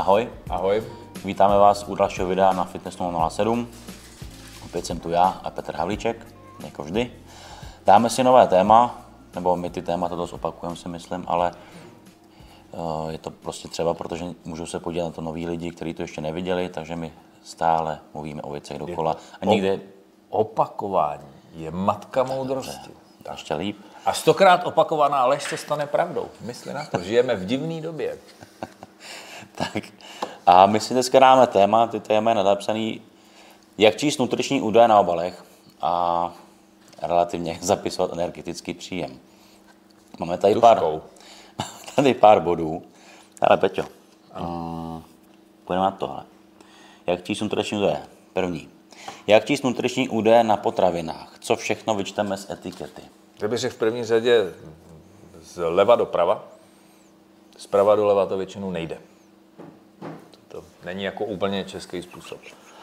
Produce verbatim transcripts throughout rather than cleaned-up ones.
Ahoj. Ahoj. Vítáme vás u dalšího videa na Fitness nula sedm. Opět jsem tu já a Petr Havlíček, jako vždy. Dáme si nové téma, nebo my ty témata dost opakujeme, si myslím, ale uh, je to prostě třeba, protože můžou se podívat na to noví lidi, kteří to ještě neviděli, takže my stále mluvíme o věcech dokola. A nikdy... Opakování je matka moudrosti. Tak, ještě líp. A stokrát opakovaná lež se stane pravdou. Mysli na to, žijeme v divné době. Tak a my si dneska dáme téma, ty téma je nadepsaný, jak číst nutriční údaje na obalech a relativně zapisovat energetický příjem. Máme tady pár, tady pár bodů. Ale Peťo, uh, půjdeme na tohle. Jak číst nutriční údaje? První. Jak číst nutriční údaje na potravinách? Co všechno vyčteme z etikety? To bych řekl v první řadě zleva doprava. Zprava doleva to většinou nejde. To, to není jako úplně český způsob.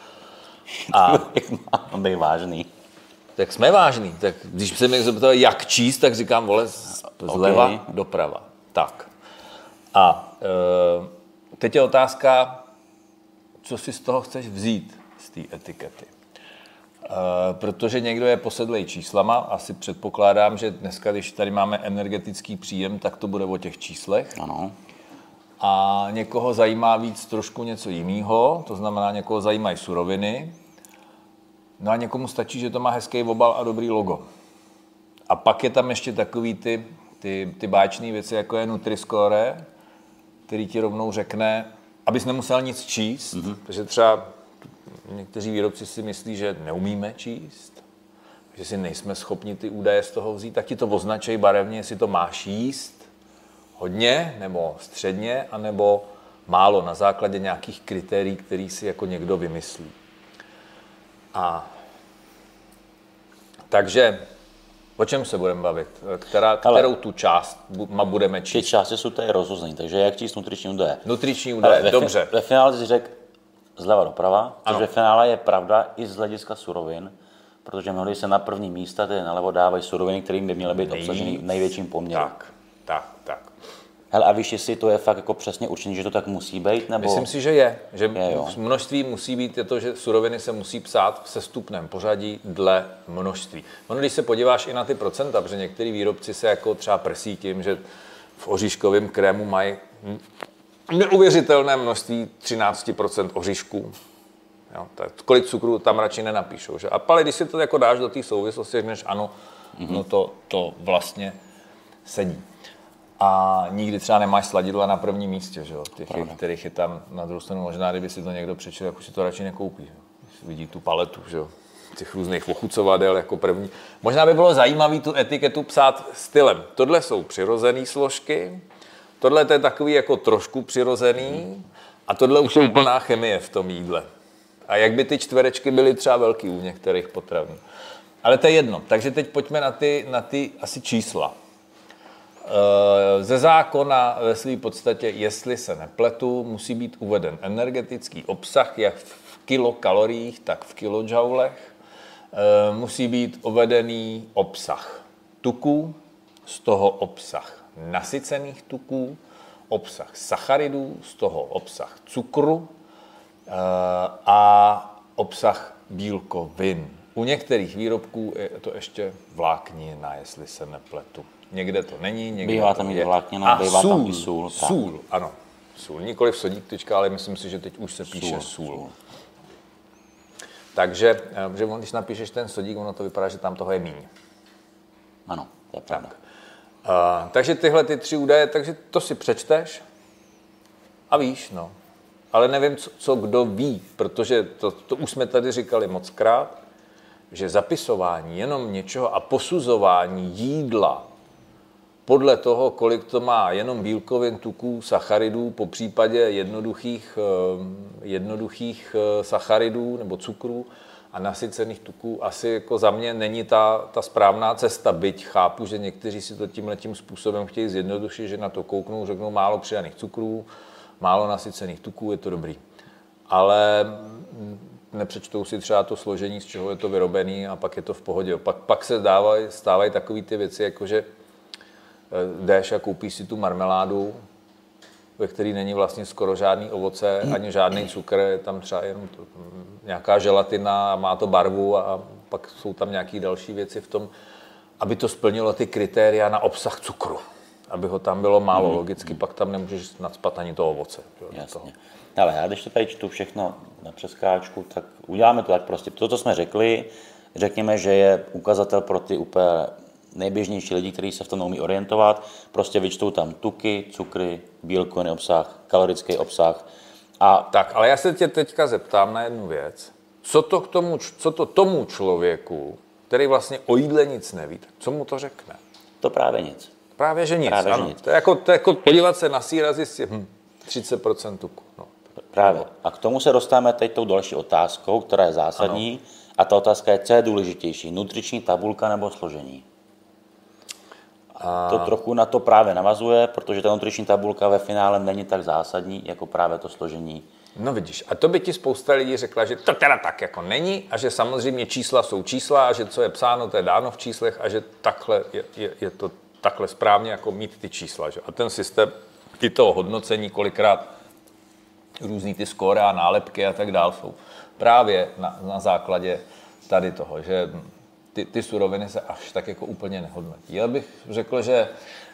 A mám být vážný. Tak jsme vážný. Tak když se mi zeptali, jak číst, tak říkám, vole, zleva okay. doprava. Tak. A e, teď je otázka, co si z toho chceš vzít, z té etikety. E, protože někdo je posedlej číslama, asi předpokládám, že dneska, když tady máme energetický příjem, tak to bude o těch číslech. Ano. A někoho zajímá víc trošku něco jiného, to znamená, někoho zajímají suroviny. No a někomu stačí, že to má hezký obal a dobrý logo. A pak je tam ještě takový ty, ty, ty báječné věci, jako je Nutri-Score, který ti rovnou řekne, abys nemusel nic číst, mm-hmm. protože třeba někteří výrobci si myslí, že neumíme číst, že si nejsme schopni ty údaje z toho vzít, tak ti to označí barevně, jestli to máš jíst hodně, nebo středně, anebo málo na základě nějakých kritérií, který si jako někdo vymyslí. A takže o čem se budeme bavit? Která, kterou tu část budeme číst? Ty části jsou tady rozhozený, takže jak číst nutriční údaje? Nutriční údaje, dobře. Ve finále si řekl zleva doprava, což ve finále je pravda i z hlediska surovin, protože mnohdy se na první místa ty nalevo dávají suroviny, kterým by měly být Nej... obsaženy v největším poměru. Tak, tak, tak. Hele, a víš, jestli to je fakt jako přesně určený, že to tak musí být? Nebo... Myslím si, že je. Že je množství musí být, je to, že suroviny se musí psát v sestupném pořadí dle množství. Ono, když se podíváš i na ty procenta, protože některý výrobci se jako třeba prsí tím, že v oříškovém krému mají neuvěřitelné množství třináct procent oříšků. Jo, tak kolik cukru tam radši nenapíšou. Že? A ale když si to jako dáš do té souvislosti, řekneš ano, mm-hmm. no to, to vlastně sedí. A nikdy třeba nemáš sladidla na prvním místě, že jo? Těch, kterých je tam na druhou stranu možná, kdyby si to někdo přečil, jako si to radši nekoupí. Vidí tu paletu, že jo? Těch různých ochucovadel jako první. Možná by bylo zajímavé tu etiketu psát stylem. Tohle jsou přirozené složky, tohle to je takový jako trošku přirozený a tohle už je úplná chemie v tom jídle. A jak by ty čtverečky byly třeba velký u některých potravin. Ale to je jedno. Takže teď pojďme na ty, na ty asi čísla. Ze zákona ve své podstatě, jestli se nepletu, musí být uveden energetický obsah jak v kilokaloriích, tak v kilojoulech. Musí být uvedený obsah tuků, z toho obsah nasycených tuků, obsah sacharidů, z toho obsah cukru a obsah bílkovin. U některých výrobků je to ještě vláknina, jestli se nepletu. Někde to není, někde bývá to tam je. i vláknina, bývá sůl, tam i sůl. Sůl, ano. Sůl. Nikoliv sodík tyčka, ale myslím si, že teď už se píše sůl. sůl. Takže, že když napíšeš ten sodík, ono to vypadá, že tam toho je míň. Ano, to je pravda. Tak. Uh, takže tyhle ty tři údaje, takže to si přečteš a víš, no. Ale nevím, co, co kdo ví, protože to, to už jsme tady říkali mockrát, že zapisování jenom něčeho a posuzování jídla podle toho, kolik to má jenom bílkovin, tuků, sacharidů, po případě jednoduchých, jednoduchých sacharidů nebo cukrů a nasycených tuků, asi jako za mě není ta, ta správná cesta, byť chápu, že někteří si to tímhletím způsobem chtějí zjednodušit, že na to kouknou, řeknou málo přidaných cukrů, málo nasycených tuků, je to dobrý. Ale nepřečtou si třeba to složení, z čeho je to vyrobený a pak je to v pohodě. Pak, pak se dávají, stávají takové ty věci, jako že jdeš a koupíš si tu marmeládu, ve který není vlastně skoro žádný ovoce, ani žádný cukr, je tam třeba jenom to, nějaká želatina a má to barvu a pak jsou tam nějaké další věci v tom, aby to splnilo ty kritéria na obsah cukru. Aby ho tam bylo málo, mm. logicky, pak tam nemůžeš nacpat ani to ovoce. Jasně. Ale já když to tady čtu všechno na přeskáčku, tak uděláme to tak prostě. To, co jsme řekli, řekněme, že je ukazatel pro ty úplně nejběžnější lidi, kteří se v tom neumí orientovat. Prostě vyčtou tam tuky, cukry, bílkoviny obsah, kalorický obsah. A... Tak, ale já se tě teďka zeptám na jednu věc. Co to, k tomu, co to tomu člověku, který vlastně o jídle nic neví, co mu to řekne? To právě nic. Právě, že nic, právě, ano. Že nic. To, je jako, to je jako podívat se na sýr a zjistit, hm, třicet procent tuku. No. Právě. A k tomu se dostáváme teď tou další otázkou, která je zásadní. Ano. A ta otázka je, co je důležitější, nutriční tabulka nebo složení? A... To trochu na to právě navazuje, protože ta nutriční tabulka ve finále není tak zásadní, jako právě to složení. No vidíš, a to by ti spousta lidí řekla, že to teda tak jako není a že samozřejmě čísla jsou čísla a že co je psáno, to je dáno v číslech a že takhle je, je, je to takhle správně jako mít ty čísla. Že? A ten systém, ty toho hodnocení, kolikrát různý ty skóre a nálepky a tak dál jsou právě na, na základě tady toho, že ty, ty suroviny se až tak jako úplně nehodnotí. Já bych řekl, že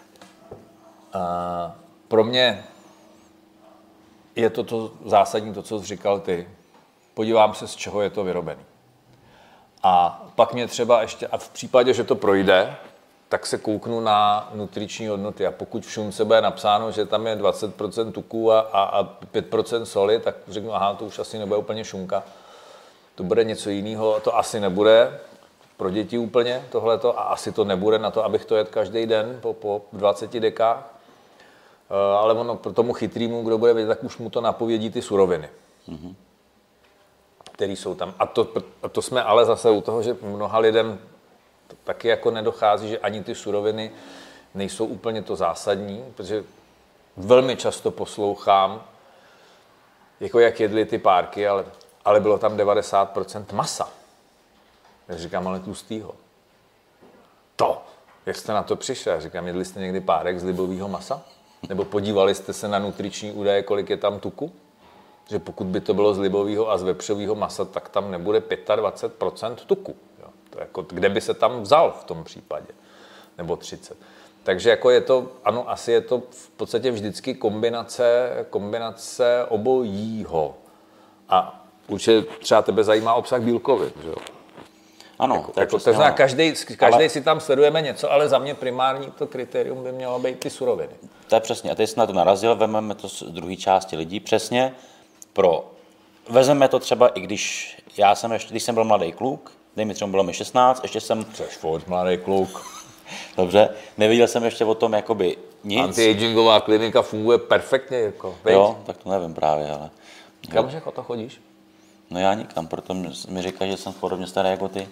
a, pro mě je to, to zásadní, to, co jsi říkal ty. Podívám se, z čeho je to vyrobený. A pak mě třeba ještě, a v případě, že to projde, tak se kouknu na nutriční hodnoty. A pokud v šunce bude napsáno, že tam je dvacet procent tuků a, a, a pět procent soli, tak řeknu, aha, to už asi nebude úplně šunka. To bude něco jiného, to asi nebude pro děti úplně tohleto a asi to nebude na to, abych to jedl každý den po, po dvaceti dekách. Ale ono pro tomu chytrýmu, kdo bude vědět, tak už mu to napovědí ty suroviny, mm-hmm. které jsou tam. A to, a to jsme ale zase u toho, že mnoha lidem taky jako nedochází, že ani ty suroviny nejsou úplně to zásadní, protože velmi často poslouchám, jako jak jedli ty párky, ale, ale bylo tam devadesát procent masa. Já říkám, ale tlustýho. To, jak jste na to přišel? Já říkám, jedli jste někdy párek z libového masa? Nebo podívali jste se na nutriční údaje, kolik je tam tuku? Že pokud by to bylo z libového a z vepřového masa, tak tam nebude dvacet pět procent tuku. Jo. To jako, kde by se tam vzal v tom případě? Nebo třicet. Takže jako je to, ano, asi je to v podstatě vždycky kombinace, kombinace obojího. A určitě třeba tebe zajímá obsah bílkovin, že jo? Ano, jako, to je jako, přesně, znamená, každý, každý ale... si tam sledujeme něco, ale za mě primární to kritérium by mělo být ty suroviny. To je přesně. A teď jsi na to narazil, vezmeme to z druhé části lidí. Přesně pro... Vezmeme to třeba, i když já jsem ještě, když jsem byl mladý kluk, dej mi třeba bylo mi šestnáct, ještě jsem... Což furt mladý kluk. Dobře, nevěděl jsem ještě o tom jakoby nic. Anti-agingová klinika funguje perfektně, jako, veď? Jo, tak to nevím právě, ale... Kam že o to chodíš? No já nikam, proto mi říkají, že jsem podobně starý jako ty.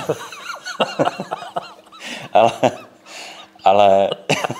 ale... Ale...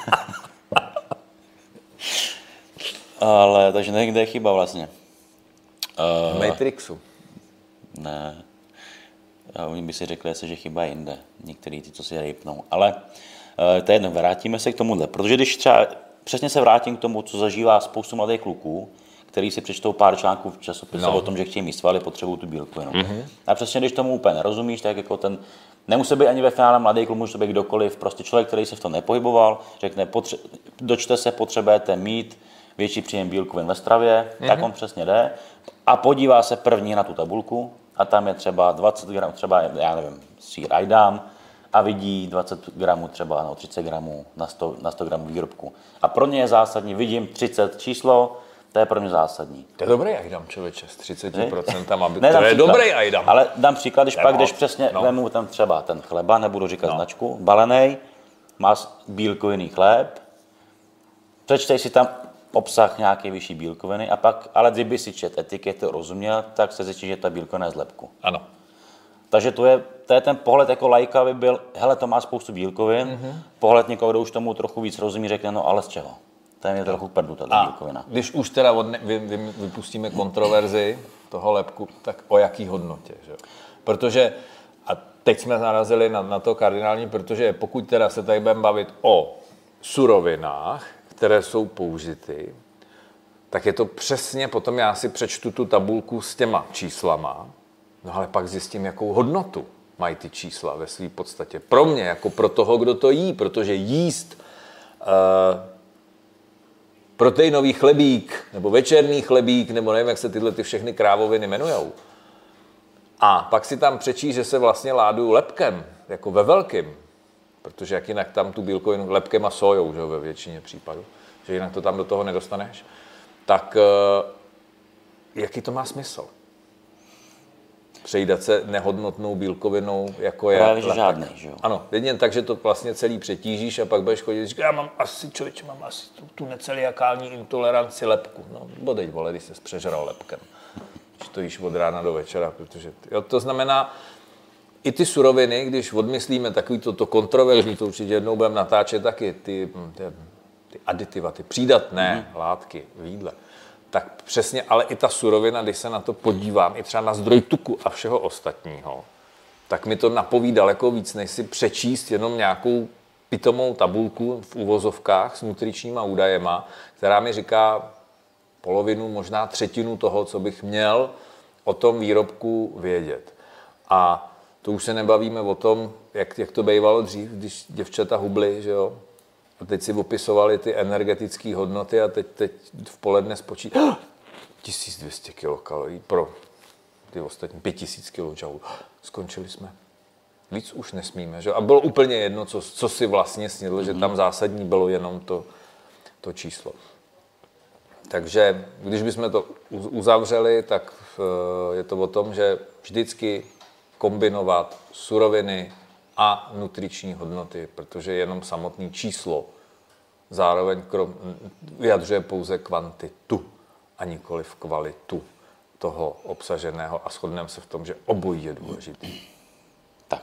ale, takže nevím, kde je chyba vlastně. V uh, Matrixu. Ne. A oni by si řekli, že chyba je jinde. Některý ty, co si rejpnou. Ale uh, to je jedno, vrátíme se k tomuhle. Protože když třeba přesně se vrátím k tomu, co zažívá spoustu mladých kluků, který si přečtou pár článků v časopise no. o tom, že chtějí mít svaly, potřebují tu bílkovinu. Mm-hmm. A přesně, když tomu úplně nerozumíš, tak jako ten, nemusí být ani ve finále mladý kluk, může to být kdokoliv, prostě člověk, který se v tom nepohyboval, řekne, potře- dočte se, potřebujete mít větší příjem bílkovin ve stravě, mm-hmm. tak on přesně jde a podívá se první na tu tabulku a tam je třeba dvacet gramů, třeba, já nevím, sýr Ajdam a vidí dvacet gramů třeba, no třicet gramů na sto, na sto gramů výrobku. A pro ně je zásadní, vidím třicet číslo, to je pro mě zásadní. To je dobrý ajdam, člověče, s třicet procent, aby ne, to je příklad, dobrý ajdam. Ale dám příklad, když ne, pak no, jdeš přesně, no. vemu tam třeba ten chleba, nebudu říkat no. značku, balenej, máš bílkovinný chléb, přečtej si tam obsah nějaké vyšší bílkoviny a pak, ale kdyby si čet etiketu rozuměl, tak se zjistí, že ta bílkovina je z lepku. Ano. Takže to je, to je ten pohled jako laika by byl, hele, to má spoustu bílkovin, mm-hmm. pohled někoho, kdo už tomu trochu víc rozumí, řekne, no ale z čeho? To je mě trochu prdu, ta bílkovina. Když už teda odne, vy, vy, vypustíme kontroverzi toho lepku, tak o jaký hodnotě? Že? Protože, a teď jsme narazili na, na to kardinální, protože pokud teda se tady budeme bavit o surovinách, které jsou použity, tak je to přesně, potom já si přečtu tu tabulku s těma číslama, no ale pak zjistím, jakou hodnotu mají ty čísla ve své podstatě. Pro mě, jako pro toho, kdo to jí, protože jíst uh, proteinový chlebík, nebo večerní chlebík, nebo nevím, jak se tyhle ty všechny krávoviny jmenujou. A pak si tam přečíst, že se vlastně ládují lepkem, jako ve velkým, protože jak jinak tam tu bílkovinu lepkem a sojou, že ve většině případů, že jinak to tam do toho nedostaneš, tak uh, jaký to má smysl? Přejídat se nehodnotnou bílkovinou, jako je právě lepek. Žádný, že jo? Ano, jedně tak, že to vlastně celý přetížíš a pak budeš chodit, říkat, já mám asi, člověče, mám asi tu, tu neceliakální intoleranci lepku. No, bodeď, vole, když jsi přežral lepkem. Když to jíš od rána do večera, protože, jo, to znamená, i ty suroviny, když odmyslíme takový to, to kontroverzní, to určitě jednou budeme natáčet taky, ty, ty, ty aditiva, ty přídatné mm. látky v jídle, tak přesně, ale i ta surovina, když se na to podívám, i třeba na zdroj tuku a všeho ostatního, tak mi to napoví daleko víc, než si přečíst jenom nějakou pitomou tabulku v uvozovkách s nutričníma údajema, která mi říká polovinu, možná třetinu toho, co bych měl o tom výrobku vědět. A to už se nebavíme o tom, jak, jak to bývalo dřív, když děvčata hubly, že jo? A teď si opisovali ty energetické hodnoty a teď, teď v poledne spočítali tisíc dvě stě kilokalorií pro ty ostatní pět tisíc kilojulů. Skončili jsme. Víc už nesmíme, že? A bylo úplně jedno, co, co si vlastně snědl, mm-hmm. že tam zásadní bylo jenom to, to číslo. Takže když bychom to uzavřeli, tak je to o tom, že vždycky kombinovat suroviny a nutriční hodnoty, protože jenom samotné číslo zároveň krom, vyjadřuje pouze kvantitu a nikoliv kvalitu toho obsaženého a shodneme se v tom, že obojí je důležitý. Tak.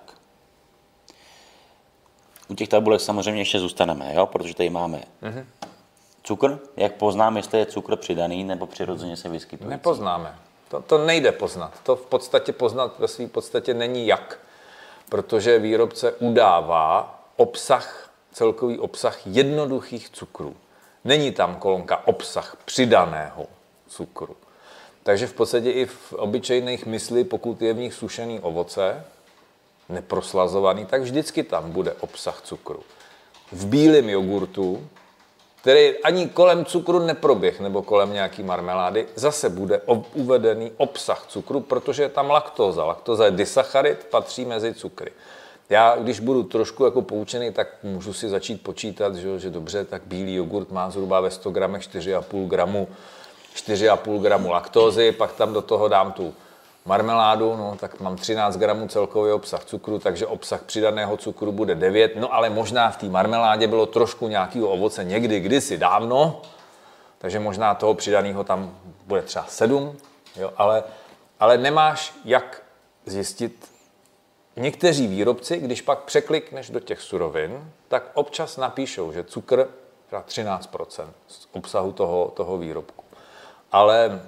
U těch tabulek samozřejmě ještě zůstaneme, jo? Protože tady máme mm-hmm. cukr. Jak poznám, jestli je cukr přidaný nebo přirozeně se vyskytující? Nepoznáme. To, to nejde poznat. To v podstatě poznat ve své podstatě není jak, protože výrobce udává obsah, celkový obsah jednoduchých cukrů. Není tam kolonka obsah přidaného cukru. Takže v podstatě i v obyčejných mysli, pokud je v nich sušený ovoce, neproslazovaný, tak vždycky tam bude obsah cukru. V bílém jogurtu, který ani kolem cukru neproběh, nebo kolem nějaký marmelády, zase bude uvedený obsah cukru, protože je tam laktóza. Laktóza je disacharid, patří mezi cukry. Já, když budu trošku jako poučený, tak můžu si začít počítat, že, že dobře, tak bílý jogurt má zhruba ve sto gramech čtyři a půl gramu, čtyři a půl gramu laktózy, pak tam do toho dám tu marmeládu, no, tak mám třináct gramů celkový obsah cukru, takže obsah přidaného cukru bude devět, no ale možná v té marmeládě bylo trošku nějakého ovoce někdy, kdysi dávno, takže možná toho přidaného tam bude třeba sedm, jo, ale, ale nemáš jak zjistit. Někteří výrobci, když pak překlikneš do těch surovin, tak občas napíšou, že cukr je třináct procent z obsahu toho, toho výrobku. Ale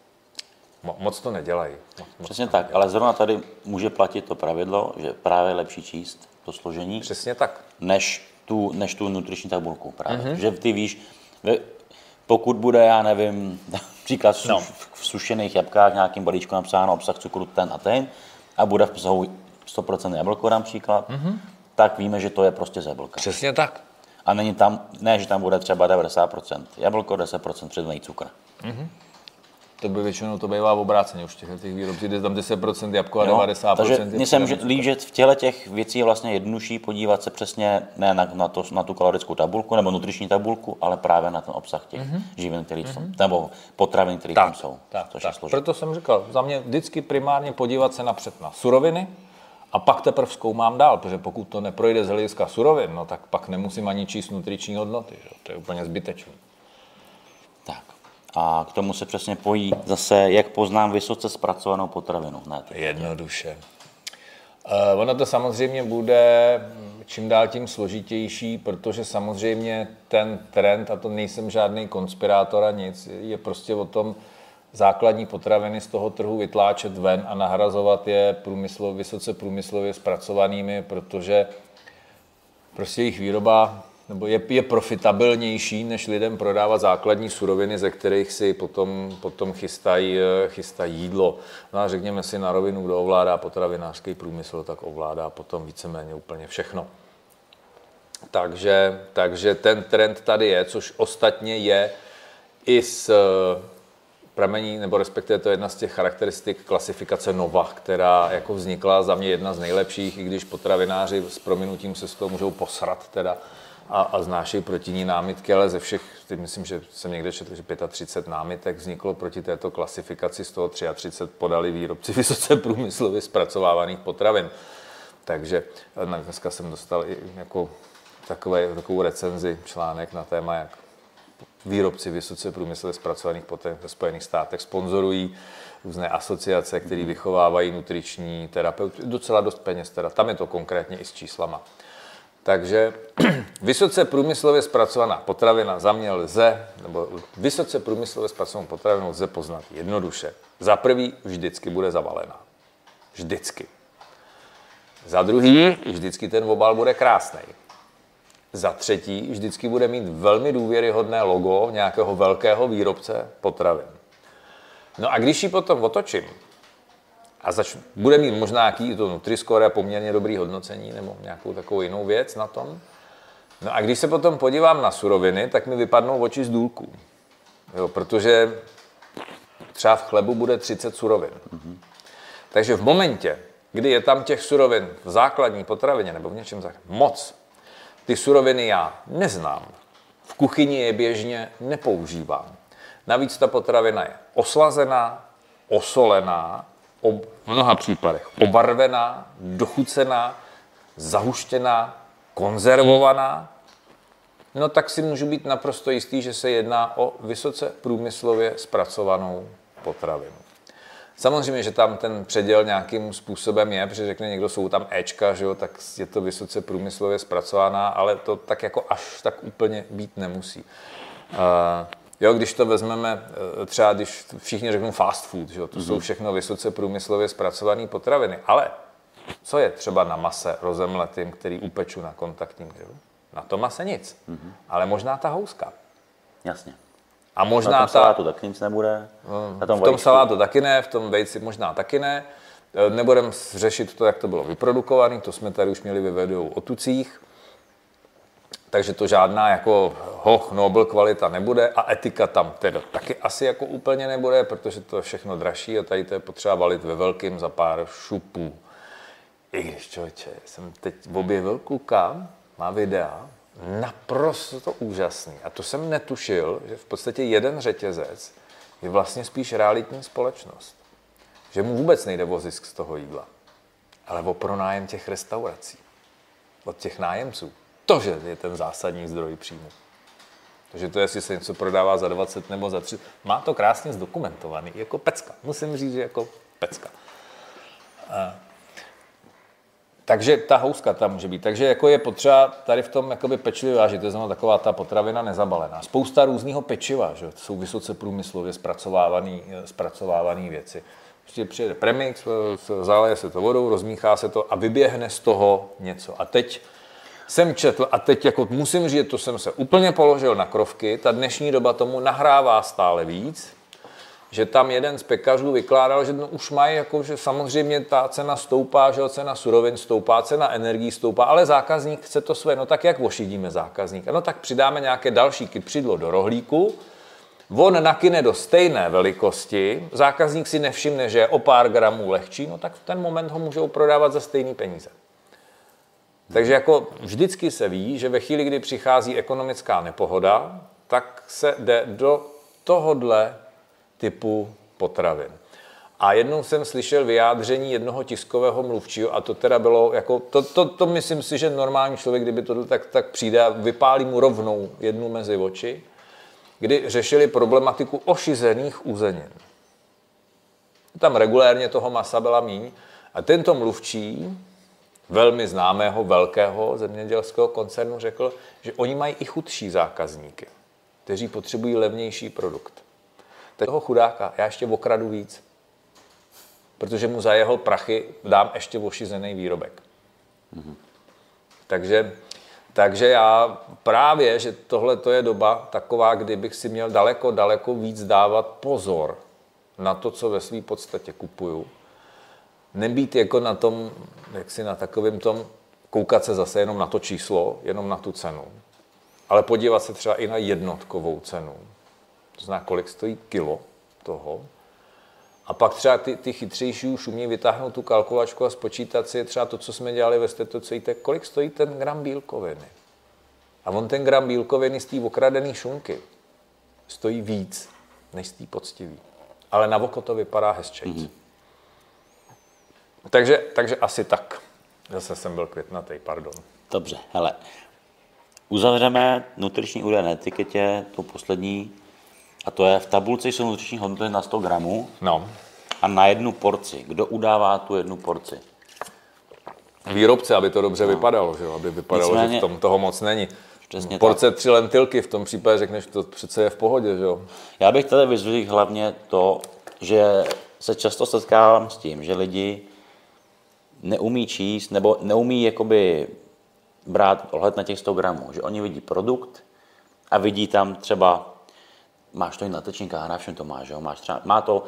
moc to nedělají. Moc, moc Přesně to tak, nedělají. ale zrovna tady může platit to pravidlo, že právě je lepší číst to složení, Přesně tak. než tu, než tu nutriční tabulku. Právě. Mm-hmm. Že ty víš, pokud bude, já nevím, příklad v, No. v sušených jabkách nějakým balíčku napsáno obsah cukru ten a ten a bude v obsahu sto procent jablko, dám příklad, mm-hmm. tak víme, že to je prostě z jablka. Přesně tak. A není tam, ne, že tam bude třeba devadesát procent jablko, deset procent přidaný cukr. Mm-hmm. To by většinou to bývá v obráceně už těch, těch výrobců, jde tam deset procent jabko a Jo, devadesát procent takže mně se může líbit, že v těle těch věcí je vlastně jednodušší podívat se přesně ne na, na, to, na tu kalorickou tabulku nebo nutriční tabulku, ale právě na ten obsah těch mm-hmm. živin, které mm-hmm. jsou, nebo potravin, které tam jsou. Tak, což tak. je složité. Proto jsem říkal, za mě vždycky primárně podívat se napřed na suroviny a pak teprve zkoumám dál, protože pokud to neprojde z hlediska surovin, no, tak pak nemusím ani číst nutriční hodnoty. Že? To je úplně zbytečné. Tak. A k tomu se přesně pojí zase, jak poznám vysoce zpracovanou potravinu. Ne, Jednoduše. Uh, ono to samozřejmě bude čím dál tím složitější, protože samozřejmě ten trend, a to nejsem žádný konspirátor a nic, je prostě o tom základní potraviny z toho trhu vytláčet ven a nahrazovat je průmyslo, vysoce průmyslově zpracovanými, protože prostě jejich výroba nebo je, je profitabilnější, než lidem prodávat základní suroviny, ze kterých si potom, potom chystají, chystají jídlo. No a řekněme si na rovinu, kdo ovládá potravinářský průmysl, tak ovládá potom víceméně úplně všechno. Takže, takže ten trend tady je, což ostatně je i s pramení, nebo respektive to je jedna z těch charakteristik klasifikace Nova, která jako vznikla za mě jedna z nejlepších, i když potravináři s prominutím se z toho můžou posrat teda a, a znášejí proti ní námitky, ale ze všech, teď myslím, že jsem někde četl, že třicet pět námitek vzniklo proti této klasifikaci, z toho třicet tři podali výrobci vysoce průmyslově zpracovávaných potravin. Takže dneska jsem dostal i jako takové, takovou recenzi, článek na téma, jak výrobci vysoce průmyslově zpracovaných potravin ve Spojených státech sponzorují různé asociace, které vychovávají nutriční terapeuty. Docela dost peněz teda. Tam je to konkrétně i s číslama. Takže vysoce průmyslově zpracovaná potravina za mě lze, nebo vysoce průmyslově zpracovanou potravinu lze poznat jednoduše. Za prvý vždycky bude zavalená. Vždycky. Za druhý vždycky ten obal bude krásný. Za třetí vždycky bude mít velmi důvěryhodné logo nějakého velkého výrobce potravin. No a když ji potom otočím a zač- bude mít možná nějaký to Nutri-Score poměrně dobrý hodnocení nebo nějakou takovou jinou věc na tom, no a když se potom podívám na suroviny, tak mi vypadnou oči z důlků. Jo, protože třeba v chlebu bude třicet surovin. Mm-hmm. Takže v momentě, kdy je tam těch surovin v základní potravině nebo v něčem tak moc, ty suroviny já neznám. V kuchyni je běžně nepoužívám. Navíc ta potravina je oslazená, osolená, ob, v mnoha případech obarvená, dochucená, zahuštěná, konzervovaná. No tak si můžu být naprosto jistý, že se jedná o vysoce průmyslově zpracovanou potravinu. Samozřejmě, že tam ten předěl nějakým způsobem je, protože řekne někdo, jsou tam éčka, že jo, tak je to vysoce průmyslově zpracovaná, ale to tak jako až tak úplně být nemusí. Uh, jo, když to vezmeme, třeba když všichni řeknou fast food, že jo, to mm-hmm. jsou všechno vysoce průmyslově zpracované potraviny, ale co je třeba na mase rozemletým, který upeču na kontaktním grilu? Na tom mase nic, mm-hmm. ale možná ta houska. Jasně. A možná na tom ta, salátu taky nic nebude. Na tom v tom salátu taky ne, v tom vejci možná taky ne. Nebudeme řešit to, jak to bylo vyprodukované, to jsme tady už měli ve videu o tucích. Takže to žádná jako hoch, nobel kvalita nebude a etika tam teda taky asi jako úplně nebude, protože to je všechno dražší a tady to je potřeba valit ve velkým za pár šupů. I když, člověče, jsem teď objevil kluka, má videa, naprosto úžasný. A to jsem netušil, že v podstatě jeden řetězec je vlastně spíš realitní společnost. Že mu vůbec nejde o zisk z toho jídla, ale o pronájem těch restaurací. Od těch nájemců. To, že je ten zásadní zdroj příjmu. Takže to, jestli se něco prodává za dvacet nebo za třicet, má to krásně zdokumentovaný. Jako pecka. Musím říct, že jako pecka. A takže ta houska tam může být. Takže jako je potřeba tady v tom jakoby pečlivě vážit. To znamená taková ta potravina nezabalená. Spousta různého pečiva, že? To jsou vysoce průmyslově zpracovávané zpracovávané věci. Ještě přijede premix, zaleje se to vodou, rozmíchá se to a vyběhne z toho něco. A teď jsem četl, a teď jako musím říct, to jsem se úplně položil na krovky, ta dnešní doba tomu nahrává stále víc, že tam jeden z pekařů vykládal, že no už mají, jako, že samozřejmě ta cena stoupá, že cena surovin stoupá, cena energií stoupá, ale zákazník chce to své. No tak jak ošidíme zákazníka? No tak přidáme nějaké další kypřidlo do rohlíku, on nakyne do stejné velikosti, zákazník si nevšimne, že je o pár gramů lehčí, no tak v ten moment ho můžou prodávat za stejný peníze. Takže jako vždycky se ví, že ve chvíli, kdy přichází ekonomická nepohoda, tak se jde do tohodle typu potravin. A jednou jsem slyšel vyjádření jednoho tiskového mluvčího, a to teda bylo jako, to, to, to myslím si, že normální člověk, kdyby to tak, tak přijde a vypálí mu rovnou jednu mezi oči, kdy řešili problematiku ošizených uzenin. Tam regulérně toho masa byla míň a tento mluvčí velmi známého velkého zemědělského koncernu řekl, že oni mají i chudší zákazníky, kteří potřebují levnější produkt. Tak toho chudáka já ještě okradu víc, protože mu za jeho prachy dám ještě ošizený výrobek. Mm-hmm. Takže, takže já právě, že tohle to je doba taková, kdy bych si měl daleko, daleko víc dávat pozor na to, co ve své podstatě kupuju. Nebýt jako na tom, jak si na takovém tom, koukat se zase jenom na to číslo, jenom na tu cenu. Ale podívat se třeba i na jednotkovou cenu. To znamená, kolik stojí kilo toho. A pak třeba ty, ty chytřejší už umí vytáhnout tu kalkulačku a spočítat si třeba to, co jsme dělali ve Stetoceite, kolik stojí ten gram bílkoviny. A on ten gram bílkoviny z té okradené šunky stojí víc, než z té poctivý. Ale na oko to vypadá hezčejc. Mm-hmm. Takže, takže asi tak. Zase jsem byl květnatý, pardon. Dobře, hele. Uzavřeme nutriční údaje na etiketě, tu poslední, a to je v tabulce jsou nutriční hodnoty na sto gramů no. a na jednu porci. Kdo udává tu jednu porci? Výrobce, aby to dobře no. vypadalo, že? Aby vypadalo, Nicméně, že v tom toho moc není. Porce tak. Tři lentilky, v tom případě řekneš, to přece je v pohodě, že jo? Já bych tady vyzvedl hlavně to, že se často setkávám s tím, že lidi neumí číst, nebo neumí jakoby brát ohled na těch sto gramů, že oni vidí produkt a vidí tam třeba, máš to i na tečníkách, na všem to máš, že jo? Máš třeba, má to,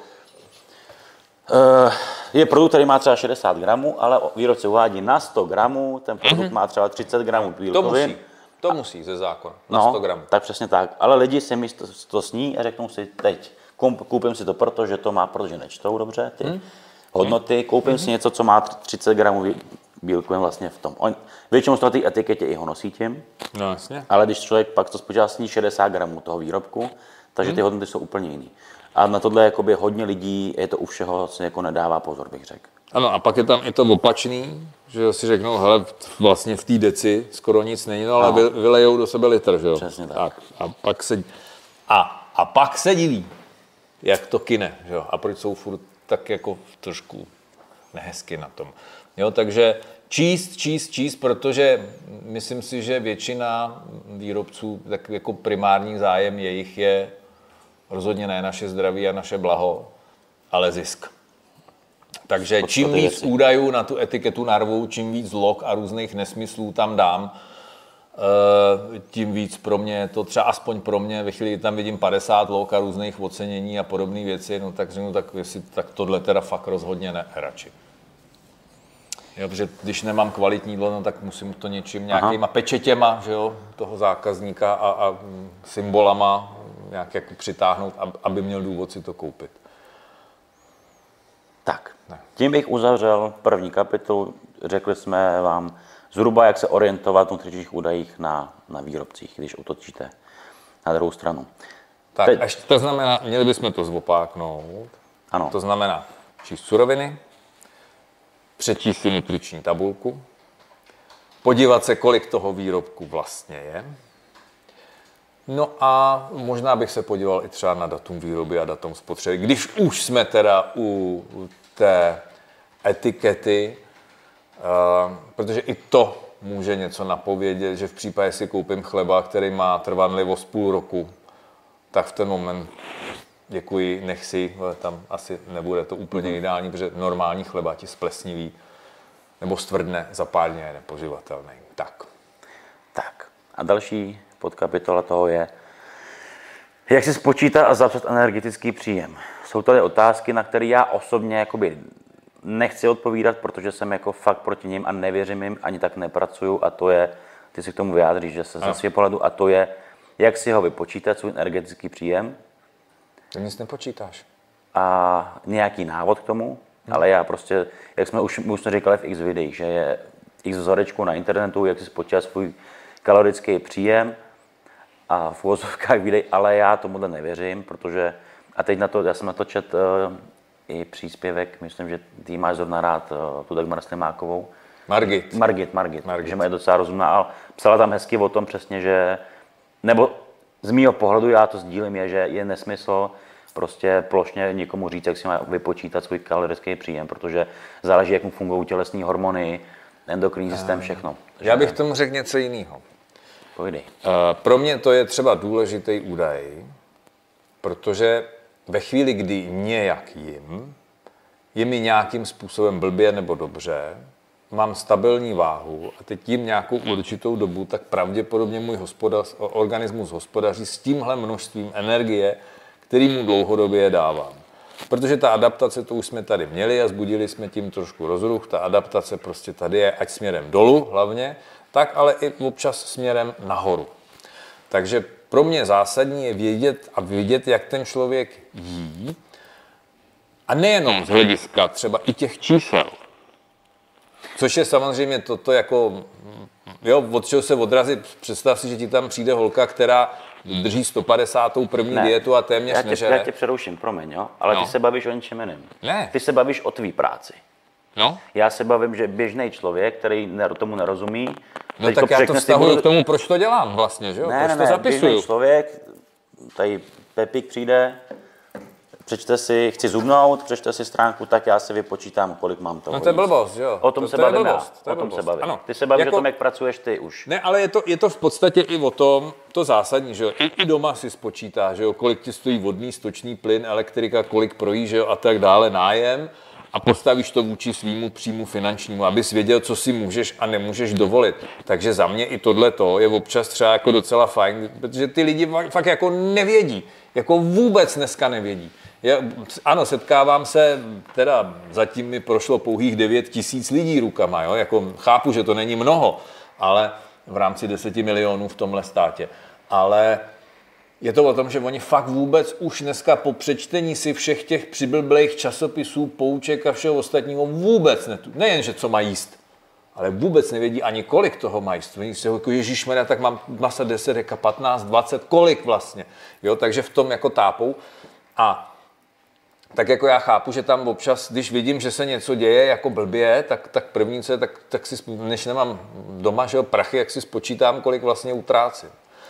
uh, je produkt, který má třeba šedesát gramů, ale výrobce uvádí na sto gramů, ten produkt mm-hmm. má třeba třicet gramů bílkovin. To musí, to musí ze zákona, na no, sto gramů. Tak přesně tak, ale lidi si mi to, to sní a řeknou si teď, koupím si to proto, že to má, protože nečtou dobře ty mm. hodnoty, koupím mm-hmm. si něco, co má třicet gramů bílkovin vlastně v tom. On, většinou z toho té etiketě i ho nosí tím, no, jasně. ale když člověk pak to spočítá, sní šedesát gramů toho výrobku, takže ty hodnoty jsou úplně jiný. A na tohle jakoby hodně lidí, je to u všeho, se jako nedává pozor, bych řekl. Ano, a pak je tam i to opačný, že si řeknou, hele, vlastně v té deci skoro nic není, no, ale vy, vylejou do sebe litr, že jo? Přesně tak. tak. A, pak se, a, a pak se diví, jak to kyne, že jo? A proč jsou furt tak jako trošku nehezky na tom. Jo, takže číst, číst, číst, protože myslím si, že většina výrobců, tak jako primární zájem jejich je rozhodně ne naše zdraví a naše blaho, ale zisk. Takže čím víc věci. údajů na tu etiketu narvu, čím víc log a různých nesmyslů tam dám, tím víc pro mě je to, třeba aspoň pro mě, ve chvíli, kdy tam vidím padesát log a různých ocenění a podobné věci, no tak řeknu, tak, jestli, tak tohle teda fakt rozhodně ne, radši. Jo, protože když nemám kvalitní jídlo, no, tak musím to něčím, nějakýma pečetěma, že jo, toho zákazníka a, a symbolama nějak jako přitáhnout, aby měl důvod si to koupit. Tak, ne. Tím bych uzavřel první kapitolu. Řekli jsme vám zhruba, jak se orientovat v nutričních údajích na, na výrobcích, když otočíte na druhou stranu. Tak, Teď... až to znamená, měli bychom to zopáknout. Ano. To znamená číst suroviny, přečíst si nutriční tabulku, podívat se, kolik toho výrobku vlastně je. No a možná bych se podíval i třeba na datum výroby a datum spotřeby. Když už jsme teda u té etikety, uh, protože i to může něco napovědět, že v případě, si koupím chleba, který má trvanlivost půl roku, tak v ten moment děkuji, nech si, tam asi nebude to úplně ideální, protože normální chleba ti splesniví nebo stvrdne, za pár dní je nepoživatelný. Tak. Tak. A další podkapitola toho je, jak si spočítat a zapsat energetický příjem. Jsou tady otázky, na které já osobně jakoby nechci odpovídat, protože jsem jako fakt proti nim a nevěřím jim, ani tak nepracuju, a to je, ty si k tomu vyjádříš, že se ze svého pohledu, a to je, jak si ho vypočítat, svůj energetický příjem. Ty nic nepočítáš. A nějaký návod k tomu, hmm. ale já prostě, jak jsme už, už jsme říkali v x videích, že je x vzorečku na internetu, jak si spočítat svůj kalorický příjem a v uvozovkách videj, ale já tomuhle nevěřím, protože, a teď na to, já jsem na to čet uh, i příspěvek, myslím, že ty máš zrovna rád uh, tu Dagmar Slimákovou. Margit. Margit, Margit, Margit. Že má je docela rozumná, ale psala tam hezky o tom přesně, že, nebo z mýho pohledu, já to sdílím, je, že je nesmysl prostě plošně někomu říct, jak si má vypočítat svůj kalorický příjem, protože záleží, jak mu fungují tělesní hormony, endokrinní systém, všechno. Já bych tomu řekl něco jiného. Pojdej. Uh, pro mě to je třeba důležitý údaj, protože ve chvíli, kdy nějak jim, je mi nějakým způsobem blbě nebo dobře, mám stabilní váhu a teď jím nějakou určitou dobu, tak pravděpodobně můj hospodař, organismus hospodaří s tímhle množstvím energie, který mu dlouhodobě dávám. Protože ta adaptace, to už jsme tady měli a zbudili jsme tím trošku rozruch, ta adaptace prostě tady je ať směrem dolů hlavně, tak ale i občas směrem nahoru. Takže pro mě zásadní je vědět a vidět, jak ten člověk jí, a nejenom z hlediska třeba i těch čísel. Což je samozřejmě toto jako, jo, od čeho se odrazit. Představ si, že ti tam přijde holka, která drží sto padesátou první ne, dietu a téměř já tě, nežere. Já tě přeruším, promiň, jo? Ale no. Ty se bavíš o něčem jiném. Ne. Ty se bavíš o tvý práci. No. Já se bavím, že běžný člověk, který tomu nerozumí... No tak já to vztahuju budu... k tomu, proč to dělám vlastně, že jo? Ne, proč ne, to ne, zapisuju? Běžný člověk, tady Pepík přijde, přečte si, chci zubnout, přečte si stránku, tak já si vypočítám, kolik mám toho. No to je blbost, jo. O tom to, se to bavím blbost, já. O tom blbost. se bavím. Ano. Ty se bavíš jako... o tom, jak pracuješ ty už. Ne, ale je to, je to v podstatě i o tom, to zásadní, že jo. I, i doma si spočítá, že jo, kolik ti stojí vodný, stočný plyn, elektrika, kolik projí, že jo, a tak dále, nájem. A postavíš to vůči svýmu příjmu finančnímu, abys věděl, co si můžeš a nemůžeš dovolit. Takže za mě i tohleto je občas třeba jako docela fajn, protože ty lidi fakt jako nevědí, jako vůbec dneska nevědí. Já, ano, setkávám se, teda zatím mi prošlo pouhých devět tisíc lidí rukama, jo? Jako chápu, že to není mnoho, ale v rámci deseti milionů v tomhle státě. Ale je to o tom, že oni fakt vůbec už dneska po přečtení si všech těch přiblblých časopisů, pouček a všeho ostatního vůbec netu. Nejen, že co mají jíst, ale vůbec nevědí ani kolik toho mají jíst. Oni si jako ježišmarja, tak mám masa deset, deka patnáct, dvacet, kolik vlastně. Jo, takže v tom jako tápou. A tak jako já chápu, že tam občas, když vidím, že se něco děje jako blbě, tak, tak první, co je, tak, tak si, než nemám doma, že jo, prachy, jak si spočítám, kolik vlastně utrácím.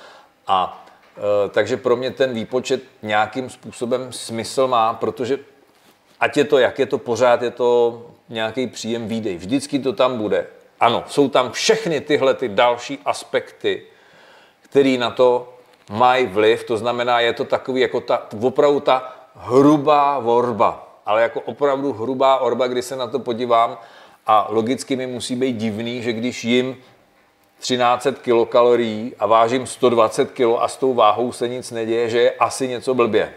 A takže pro mě ten výpočet nějakým způsobem smysl má, protože ať je to, jak je to, pořád je to nějaký příjem výdej. Vždycky to tam bude. Ano, jsou tam všechny tyhle ty další aspekty, které na to mají vliv. To znamená, je to takový jako ta, opravdu ta hrubá orba. Ale jako opravdu hrubá orba, kdy se na to podívám a logicky mi musí být divný, že když jim třináct set kilokalorií a vážím sto dvacet kilo a s tou váhou se nic neděje, že je asi něco blbě.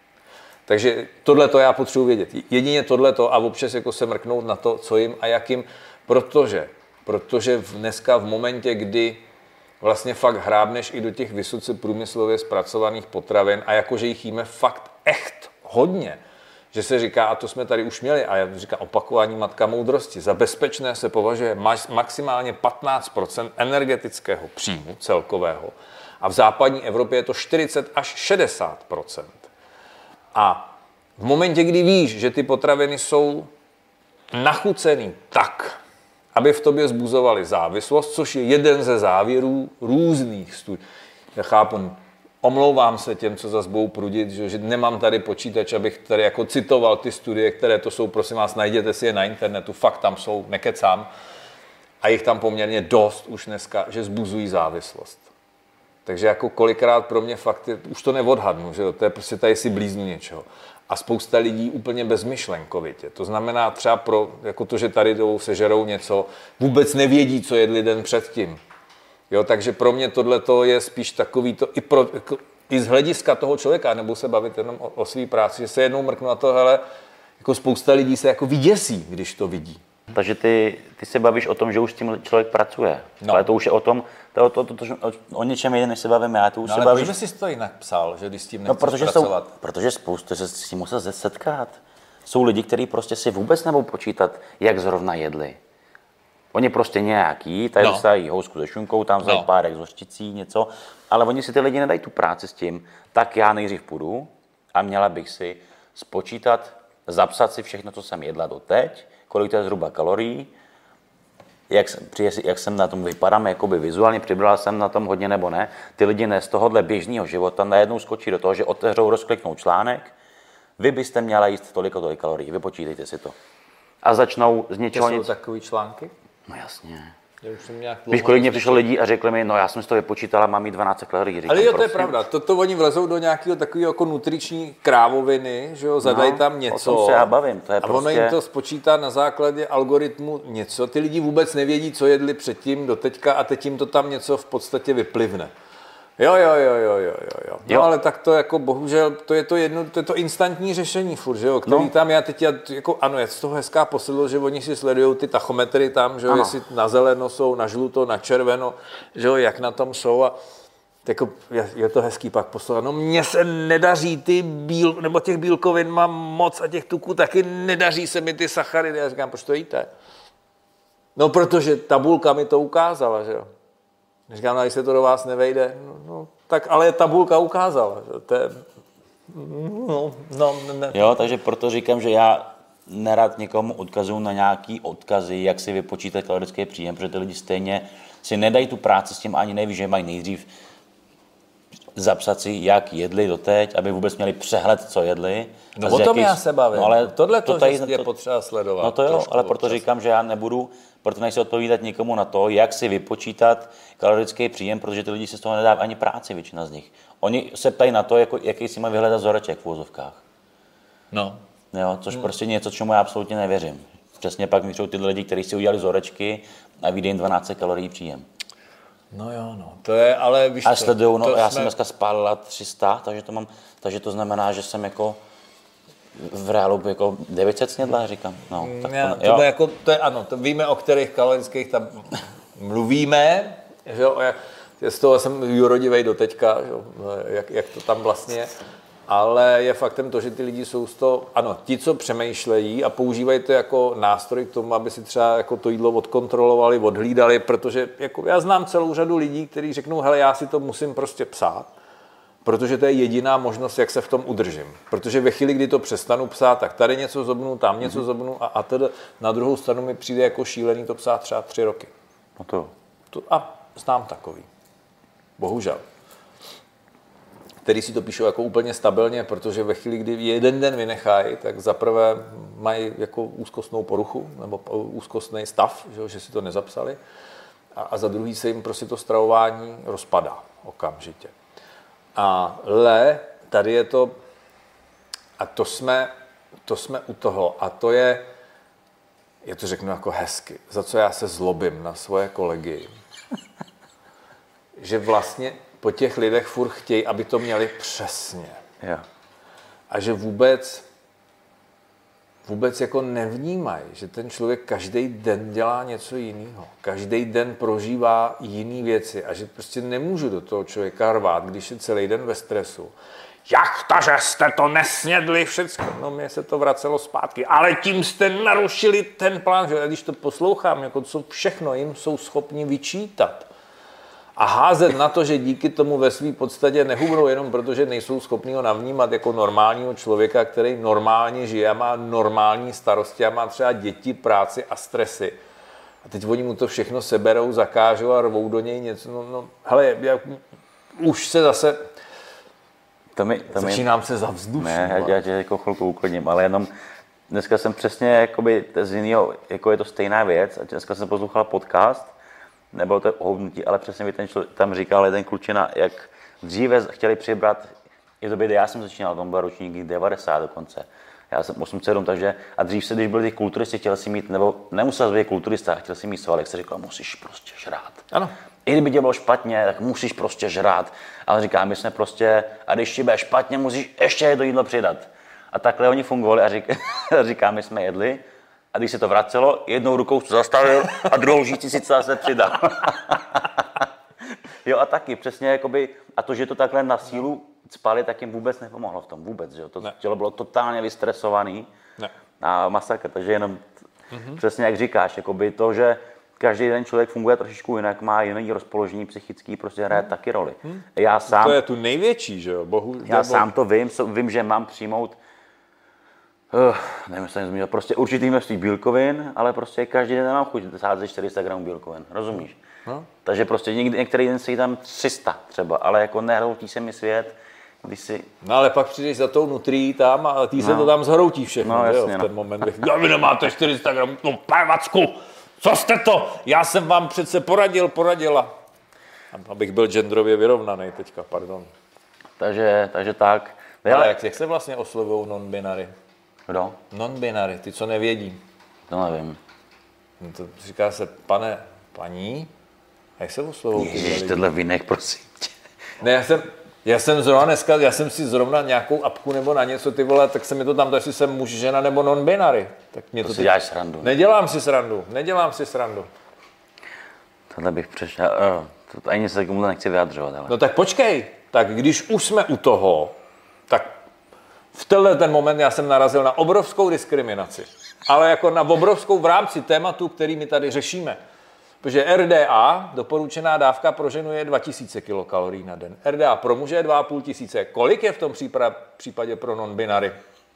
Takže tohleto já potřebuji vědět. Jedině tohleto a občas jako se mrknout na to, co jim a jakým, protože, protože dneska v momentě, kdy vlastně fakt hrábneš i do těch vysoce průmyslově zpracovaných potravin a jakože jich jíme fakt echt hodně, že se říká, a to jsme tady už měli, a já říkám opakování matka moudrosti, za bezpečné se považuje maximálně patnáct procent energetického příjmu celkového a v západní Evropě je to čtyřicet až šedesát procent. A v momentě, kdy víš, že ty potraviny jsou nachucený tak, aby v tobě zbuzovaly závislost, což je jeden ze závěrů různých studií. Já chápu, omlouvám se těm, co zase budou prudit, že, že nemám tady počítač, abych tady jako citoval ty studie, které to jsou, prosím vás, najděte si je na internetu, fakt tam jsou, nekecám. A jich tam poměrně dost už dneska, že zbuzují závislost. Takže jako kolikrát pro mě fakt, je, už to neodhadnu, že to je prostě tady si blíznu něčeho. A spousta lidí úplně bezmyšlenkovitě. To znamená třeba pro, jako to, že tady jdou, sežerou něco, vůbec nevědí, co jedli den předtím. Jo, takže pro mě tohleto je spíš takový to, i, pro, i z hlediska toho člověka, nebo se bavit jenom o, o své práci, že se jednou mrknu na to, hele, jako spousta lidí se jako vyděsí, když to vidí. Takže ty, ty se bavíš o tom, že už s tím člověk pracuje, no. Ale to už je o tom, to je o, to, to, to, o, o něčem jiném, než se bavím já, to už no, se ale bavíš... proč jsi to jinak psal, že když s tím nechceš no, protože pracovat? Jsou, protože spoustu se s tím musel setkat. Jsou lidi, kteří prostě si vůbec nebudou počítat, jak zrovna jedli. Oni prostě nějaký, tady no. dostají housku se šunkou, tam vzají no. párek z hořčicí, něco, ale oni si ty lidi nedají tu práci s tím, tak já nejdřív půjdu a měla bych si spočítat, zapsat si všechno, co jsem jedla doteď, kolik to je zhruba kalorií, jak, jak jsem na tom vypadám, jakoby vizuálně, přibrala jsem na tom hodně nebo ne. Ty lidi ne z tohohle běžného života najednou skočí do toho, že otevřou, rozkliknou článek, vy byste měla jíst tolik a tolik kalorií, vypočítejte si to. A začnou z něčeho To jsou nic... takový články? No jasně. Víš, kolik mě přišlo lidí a řekli mi, no já jsem si to vypočítal a mám mít dvanáct kalorií. Říkám, ale jo, to prosím. je pravda. Toto oni vlezou do nějakého takového jako nutriční krávoviny, že jo, zadají no, tam něco. O tom se já bavím. To je a prostě... ono jim to spočítá na základě algoritmu něco. Ty lidi vůbec nevědí, co jedli předtím do teďka a teď jim to tam něco v podstatě vyplivne. Jo, jo, jo, jo, jo, jo. No, jo. ale tak to jako bohužel, to je to jedno, to je to instantní řešení furt, že jo, který no. tam já teď, já, jako ano, je z toho hezká posedlo, že oni si sledují ty tachometry tam, že jo, jestli na zeleno jsou, na žluto, na červeno, že jo, jak na tom jsou a jako je, je to hezký pak poslouchat. No mně se nedaří ty bíl, nebo těch bílkovin mám moc a těch tuků taky nedaří se mi ty sacharidy. Já říkám, proč to jíte? No protože tabulka mi to ukázala, že jo. Říkám, když se to do vás nevejde, no, no tak ale tabulka ukázala, že to je, no, no, ne. Jo, takže proto říkám, že já nerad někomu odkazuju na nějaký odkazy, jak si vypočítat kalorický příjem, protože ty lidi stejně si nedají tu práci s tím, ani neví, že mají nejdřív zapsat si, jak jedli doteď, aby vůbec měli přehled, co jedli. No o tom jakých... já se bavím. No, ale tohle to, to tady, je to... potřeba sledovat. No to jo, ale proto občas. Říkám, že já nebudu, proto nechci odpovídat někomu na to, jak si vypočítat kalorický příjem, protože ty lidi si z toho nedávají ani práci, většina z nich. Oni se ptají na to, jako, jaký si mají vyhledat vzoreček v úvozovkách. No. Jo, což hmm. prostě něco, čemu já absolutně nevěřím. Přesně pak mi jsou ty lidi, kteří si udělali vzorečky a vyjde jim dvanáct kalorií příjem. No jo, no, to je, ale víš a sledujou, no, já jsme... jsem dneska spálila tři sta, takže to mám, takže to znamená, že jsem jako v reálu jako devět set snědla, říkám. No, tak já, to, to, jako, to je ano, to víme, o kterých kalorických tam mluvíme, že jo, jak, z toho jsem jurodivej do teďka, že jo, jak, jak to tam vlastně je. Ale je faktem to, že ty lidi jsou z toho, ano, ti, co přemýšlejí a používají to jako nástroj k tomu, aby si třeba jako to jídlo odkontrolovali, odhlídali, protože jako já znám celou řadu lidí, kteří řeknou, hele, já si to musím prostě psát, protože to je jediná možnost, jak se v tom udržím. Protože ve chvíli, kdy to přestanu psát, tak tady něco zobnu, tam něco mm-hmm. zobnu a, a tedy na druhou stranu mi přijde jako šílený to psát třeba tři roky. No to. to a znám takový. Bohužel. Který si to píšou jako úplně stabilně, protože ve chvíli, kdy jeden den vynechají, tak zaprvé mají jako úzkostnou poruchu nebo úzkostný stav, že, že si to nezapsali a, a za druhý se jim prostě to stravování rozpadá okamžitě. Ale tady je to, a to jsme, to jsme u toho, a to je, já to řeknu jako hezky, za co já se zlobím na svoje kolegy, že vlastně po těch lidech furt chtějí, aby to měli přesně. Yeah. A že vůbec, vůbec jako nevnímají, že ten člověk každý den dělá něco jiného. Každý den prožívá jiné věci a že prostě nemůžu do toho člověka rvát, když je celý den ve stresu. Jak to, že jste to nesnědli všecko? No mě se to vracelo zpátky. Ale tím jste narušili ten plán. Že? A když to poslouchám, jako co všechno jim jsou schopni vyčítat. A házet na to, že díky tomu ve své podstatě nehumrou jenom protože nejsou schopni ho navnímat jako normálního člověka, který normálně žije a má normální starosti a má třeba děti, práci a stresy. A teď oni mu to všechno seberou, zakážou a rvou do něj něco. No, no hele, já, už se zase... To mi, to Začínám mi, se zavzduším. Ne, já tě jako chvilku uklidním, ale jenom dneska jsem přesně jakoby z jiného, jako je to stejná věc a dneska jsem poslouchal podcast, nebylo to ohoubnutí, ale přesně by ten člověk, tam říkal jeden klučina, jak dříve chtěli přibrat, i v době, kdy já jsem začínal, tam byl ročník devadesát dokonce, já jsem osmdesát sedm, takže a dřív se, když byli ty kulturisti, chtěl si mít, nebo nemusel být kulturista, chtěl si mít svalek, se říkal, musíš prostě žrát. Ano. I kdyby tě bylo špatně, tak musíš prostě žrát. Ale říká, my jsme prostě, a když ti bude špatně, musíš ještě to jídlo přidat. A takhle oni fungovali a říká, říká, my jsme jedli, a když se to vracelo, jednou rukou to zastavil a druhou žíci si to zase přidal. Jo a taky, přesně jakoby, a to, že to takhle na sílu spali, tak jim vůbec nepomohlo v tom, vůbec, že jo. To ne. Tělo bylo totálně vystresovaný ne. a masakr, takže jenom mm-hmm. přesně jak říkáš, jakoby to, že každý den člověk funguje trošičku jinak, má jiný rozpoložení psychický, prostě hraje hmm. taky roli. Hmm. Já sám, to je tu největší, že jo? Bohu, já nebo... sám to vím, vím, že mám přijmout, uh, nevím, jsem zmínil, prostě určitý množství bílkovin, ale prostě každý den nemám chuť sázet čtyři sta gramů bílkovin, rozumíš? Hmm. Takže prostě někdy, některý den se jí tam tři sta třeba, ale jako nehroutí se mi svět, když si... No ale pak přijdeš za tou nutrií tam a tý se no. to tam zhroutí všechno, no, jasně, jo, v ten no. moment. Já vy nemáte čtyři sta gramů, no pajvacku! Co jste to? Já jsem vám přece poradil, poradila. Abych byl genderově vyrovnaný teďka, pardon. Takže, takže tak. Ale jak, jak se vlastně oslovují non-binary? Kdo? Non-binary, ty, co nevědí. To nevím. No to říká se pane, paní, jak se oslovují? Ježiš, tohle vynech, prosím tě. Ne, já jsem, já jsem zrovna dneska, já jsem si zrovna nějakou apku nebo na něco, ty vole, tak se mi to tam, jestli jsem muž, žena nebo non-binary. Tak mě To, to si ty... děláš srandu. Ne? Nedělám si srandu, nedělám si srandu. Tohle bych přešel, uh, to ani se k tomu nechci vyjadřovat, ale. No tak počkej, tak když už jsme u toho, tak v tenhle ten moment já jsem narazil na obrovskou diskriminaci. Ale jako na obrovskou v rámci tématu, který my tady řešíme. Protože R D A, doporučená dávka pro ženu, je dva tisíce kilokalorií na den. R D A pro muže je dva a půl tisíce. Kolik je v tom případě pro non-binary?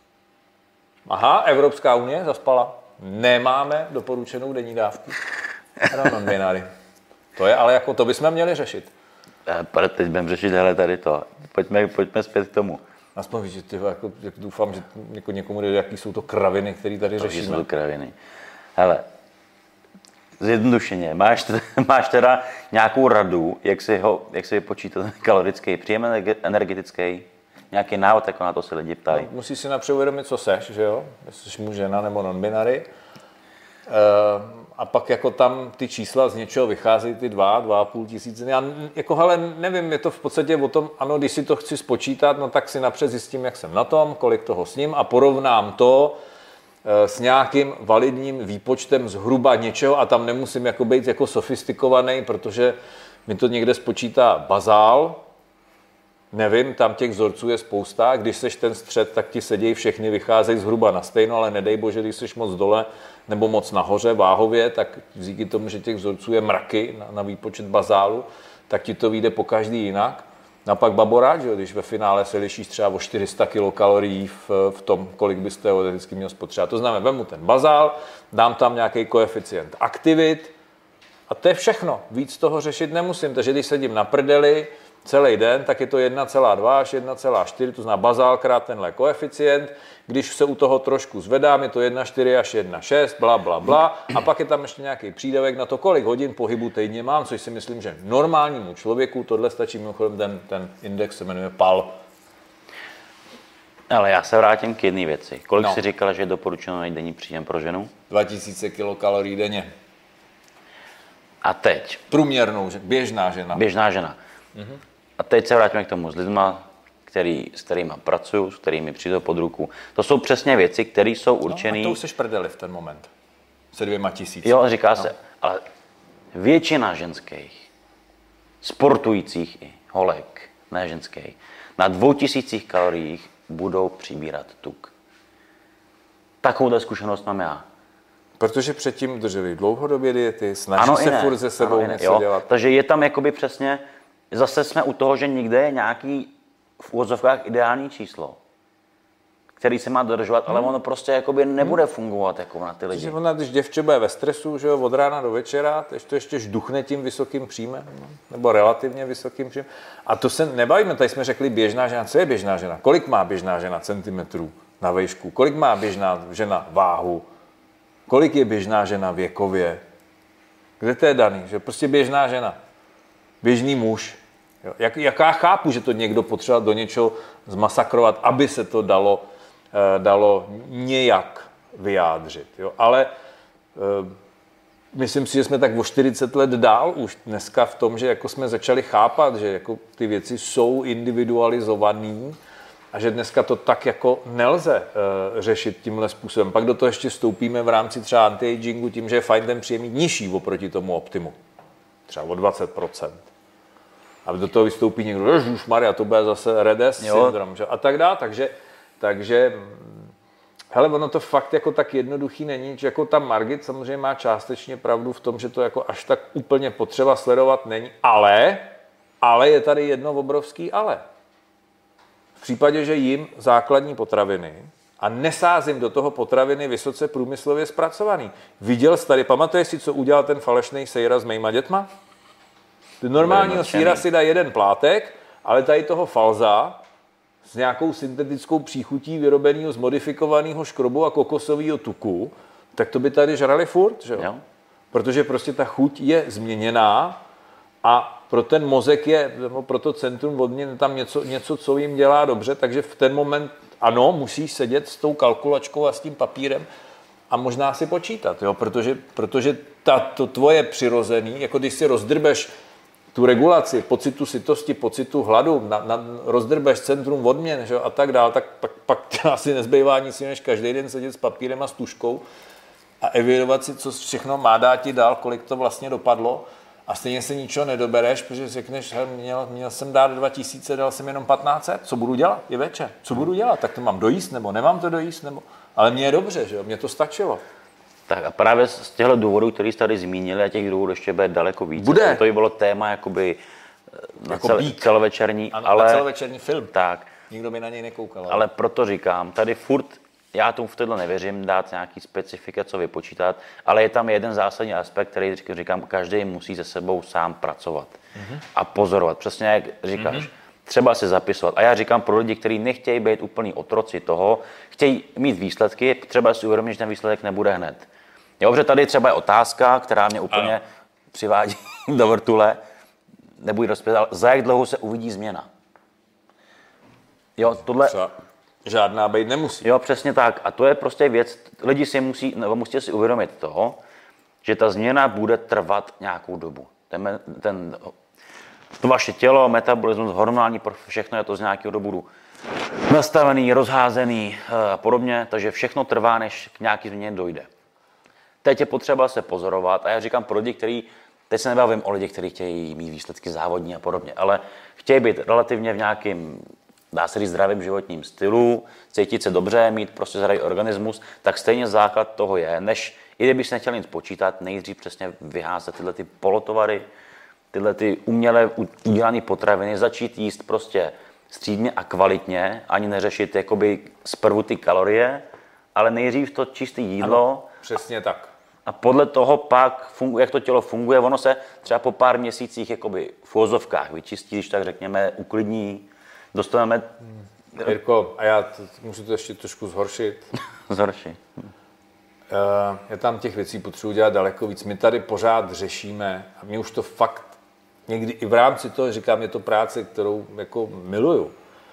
Aha, Evropská unie zaspala. Nemáme doporučenou denní dávku pro non-binary. To je, ale jako to bychom měli řešit. Teď budeme řešit, hele, tady to. Pojďme, pojďme zpět k tomu. Aspoň víš, že ty, jako, jak doufám, že něko, někomu jde, jaký jsou to kraviny, které tady To řešíme. jsou to kraviny. Hele, zjednodušeně, máš, t- máš teda nějakou radu, jak si, ho, jak si vypočítat kalorický příjem energetický, nějaký návod, jako na to se lidi ptají. No, musíš si napřed uvědomit, co seš, že jo? Jestli jsi muž, žena nebo non-binary. Uh, a pak jako tam ty čísla z něčeho vycházejí, ty dva, dva a půl tisíce. Já jako, hele, nevím, je to v podstatě o tom, ano, když si to chci spočítat, no tak si napřed zjistím, jak jsem na tom, kolik toho sním a porovnám to uh, s nějakým validním výpočtem zhruba něčeho a tam nemusím jako být jako sofistikovaný, protože mi to někde spočítá bazál. Nevím, tam těch vzorců je spousta, když seš ten střed, tak ti sedějí všechny, vycházejí zhruba na stejno, ale nedej bože, když seš moc dole nebo moc nahoře váhově, tak díky tomu, že těch vzorců je mraky na, na výpočet bazálu, tak ti to vyjde po každý jinak. No a pak baborát, že když ve finále se lišíš třeba o čtyři sta kilokalorií v, v tom, kolik bys teoreticky měl spotřebovat. To znamená, vemu ten bazál, dám tam nějaký koeficient aktivit a to je všechno. Víc toho řešit nemusím, takže když sedím na prdeli celý den, tak je to jedna celá dva až jedna celá čtyři, to znamená bazál krát tenhle koeficient. Když se u toho trošku zvedám, je to jedna celá čtyři až jedna celá šest, bla, bla, bla. A pak je tam ještě nějaký přídavek na to, kolik hodin pohybu týdně mám, což si myslím, že normálnímu člověku tohle stačí, mimochodem ten, ten index se jmenuje P A L. Ale já se vrátím k jedné věci. Kolik No. jsi říkal, že je doporučený denní příjem pro ženu? dva tisíce kilokalorií denně. A teď? Průměrnou, běžná žena. Běžná žena. Mm-hmm. A teď se vrátíme k tomu s lidma, který, s kterými pracuju, s kterými přijdu pod ruku. To jsou přesně věci, které jsou určené. No, a to už seš prdeli v ten moment. Se dvěma tisíci. Jo, říká no. se, ale většina ženských, sportujících i holek, ne ženských, na dvou tisících kaloriích budou přibírat tuk. Takovou zkušenost mám já. Protože předtím drželi dlouhodobě diety, snaží Ano, se ne. furt se sebou Ano, něco dělat. Takže je tam jakoby přesně, zase jsme u toho, že nikde je nějaký v úvozovkách ideální číslo, který se má dodržovat, hmm. ale ono prostě jakoby nebude hmm. fungovat jako na ty lidi. Takže ona, když děvče bude ve stresu, že jo, od rána do večera, teď to ještě žduchne tím vysokým příjmem, no, nebo relativně vysokým příjmem. A to se nebavíme, tady jsme řekli běžná žena. Co je běžná žena? Kolik má běžná žena centimetrů na vejšku? Kolik má běžná žena váhu? Kolik je běžná žena věkově? Kde to je daný? Že prostě běžná žena. Běžný muž. Jo. Jak, jak já chápu, že to někdo potřeboval do něčeho zmasakrovat, aby se to dalo, eh, dalo nějak vyjádřit. Jo. Ale eh, myslím si, že jsme tak o čtyřicet let dál už dneska v tom, že jako jsme začali chápat, že jako ty věci jsou individualizované a že dneska to tak jako nelze uh, řešit tímhle způsobem. Pak do toho ještě vstoupíme v rámci třeba anti-agingu tím, že je fajn ten příjem mít nižší oproti tomu optimu. Třeba o dvacet procent. A do toho vystoupí někdo, ježišmarja, to bude zase Redes syndrom, že? A tak dále. Takže, takže hele, ono to fakt jako tak jednoduchý není, že jako ta Margit samozřejmě má částečně pravdu v tom, že to jako až tak úplně potřeba sledovat není, ale, ale je tady jedno obrovský ale. V případě, že jim základní potraviny a nesázím do toho potraviny vysoce průmyslově zpracovaný. Viděl jsi tady, pamatuješ si, co udělal ten falešný sejra s mýma dětma? Ty normálního sýra si dá jeden plátek, ale tady toho falza s nějakou syntetickou příchutí vyrobeného z modifikovaného škrobu a kokosového tuku, tak to by tady žrali furt, že jo? jo. protože prostě ta chuť je změněná a pro ten mozek je, nebo pro to centrum odměny tam něco, něco, co jim dělá dobře, takže v ten moment, ano, musíš sedět s tou kalkulačkou a s tím papírem a možná si počítat, jo, protože, protože ta, to tvoje přirozený, jako když si rozdrbeš tu regulaci, pocitu sytosti, pocitu hladu, na, na, rozdrbeš centrum odměn, že, a tak dál, tak pak, pak asi nezbývá nic než každý den sedět s papírem a s tuškou a evidovat si, co všechno má dát ti dál, kolik to vlastně dopadlo. A stejně se ničeho nedobereš, protože řekneš, měl, měl jsem dát dva tisíce, dal jsem jenom patnáct set, co budu dělat? Je večer. Co budu dělat? Tak to mám dojíst, nebo nemám to dojíst, nebo... Ale mně je dobře, že jo? Mně to stačilo. Tak a právě z těchto důvodů, který jste tady zmínili, a těch důvodů ještě bude daleko víc. Bude. To by bylo téma jakoby na jako cel, celovečerní, a, ale... Na celovečerní film. Tak. Nikdo by na něj nekoukal. Ale, ale proto říkám, tady furt, já tomu v tohle nevěřím, dát nějaký specifika, co vypočítat, ale je tam jeden zásadní aspekt, který říkám, každý musí se sebou sám pracovat mm-hmm. a pozorovat. Přesně jak říkáš, mm-hmm. třeba si zapisovat. A já říkám pro lidi, kteří nechtějí být úplný otroci toho, chtějí mít výsledky, třeba si uvědomit, že ten výsledek nebude hned. Jo, protože tady třeba je otázka, která mě úplně ano. přivádí do vrtule, nebudu rozpět, ale za jak dlouho se uvidí změna? Jo, tohle... Třeba žádná být nemusí. Jo, přesně tak. A to je prostě věc, lidi si musí, nebo musíte si uvědomit toho, že ta změna bude trvat nějakou dobu. Ten, ten, to vaše tělo, metabolismus, hormonální profil, všechno je to z nějakého dobu nastavený, rozházený a podobně, takže všechno trvá, než k nějaký změně dojde. Teď je potřeba se pozorovat a já říkám pro lidi, kteří, teď se nebavím o lidi, kteří chtějí mít výsledky závodní a podobně, ale chtějí být relativně v nějakým, dá se říct, zdravým životním stylu, cítit se dobře, mít prostě zdravý organismus, tak stejně základ toho je, než i kdybych se nechtěl nic počítat, nejdřív přesně vyházet tyhle ty polotovary, tyhle ty uměle udělané potraviny, začít jíst prostě střídmě a kvalitně, ani neřešit jakoby zprvu ty kalorie, ale nejdřív to čisté jídlo. Ano, přesně tak. A podle toho pak, funguje, jak to tělo funguje, ono se třeba po pár měsících jakoby v uvozovkách vyčistí, když tak řekněme, uklidní, dostaneme... Jirko, a já to, můžu to ještě trošku zhoršit. Zhorší. Já tam těch věcí potřebuji dělat daleko víc. My tady pořád řešíme, a mě už to fakt někdy i v rámci toho, říkám, je to práce, kterou jako miluju,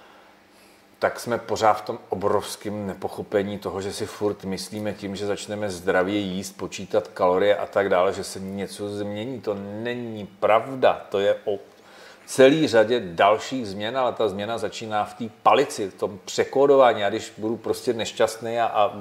tak jsme pořád v tom obrovském nepochopení toho, že si furt myslíme tím, že začneme zdravě jíst, počítat kalorie a tak dále, že se něco změní. To není pravda. To je o celý řadě dalších změn, ale ta změna začíná v té palici, v tom překódování. Já když budu prostě nešťastný a, a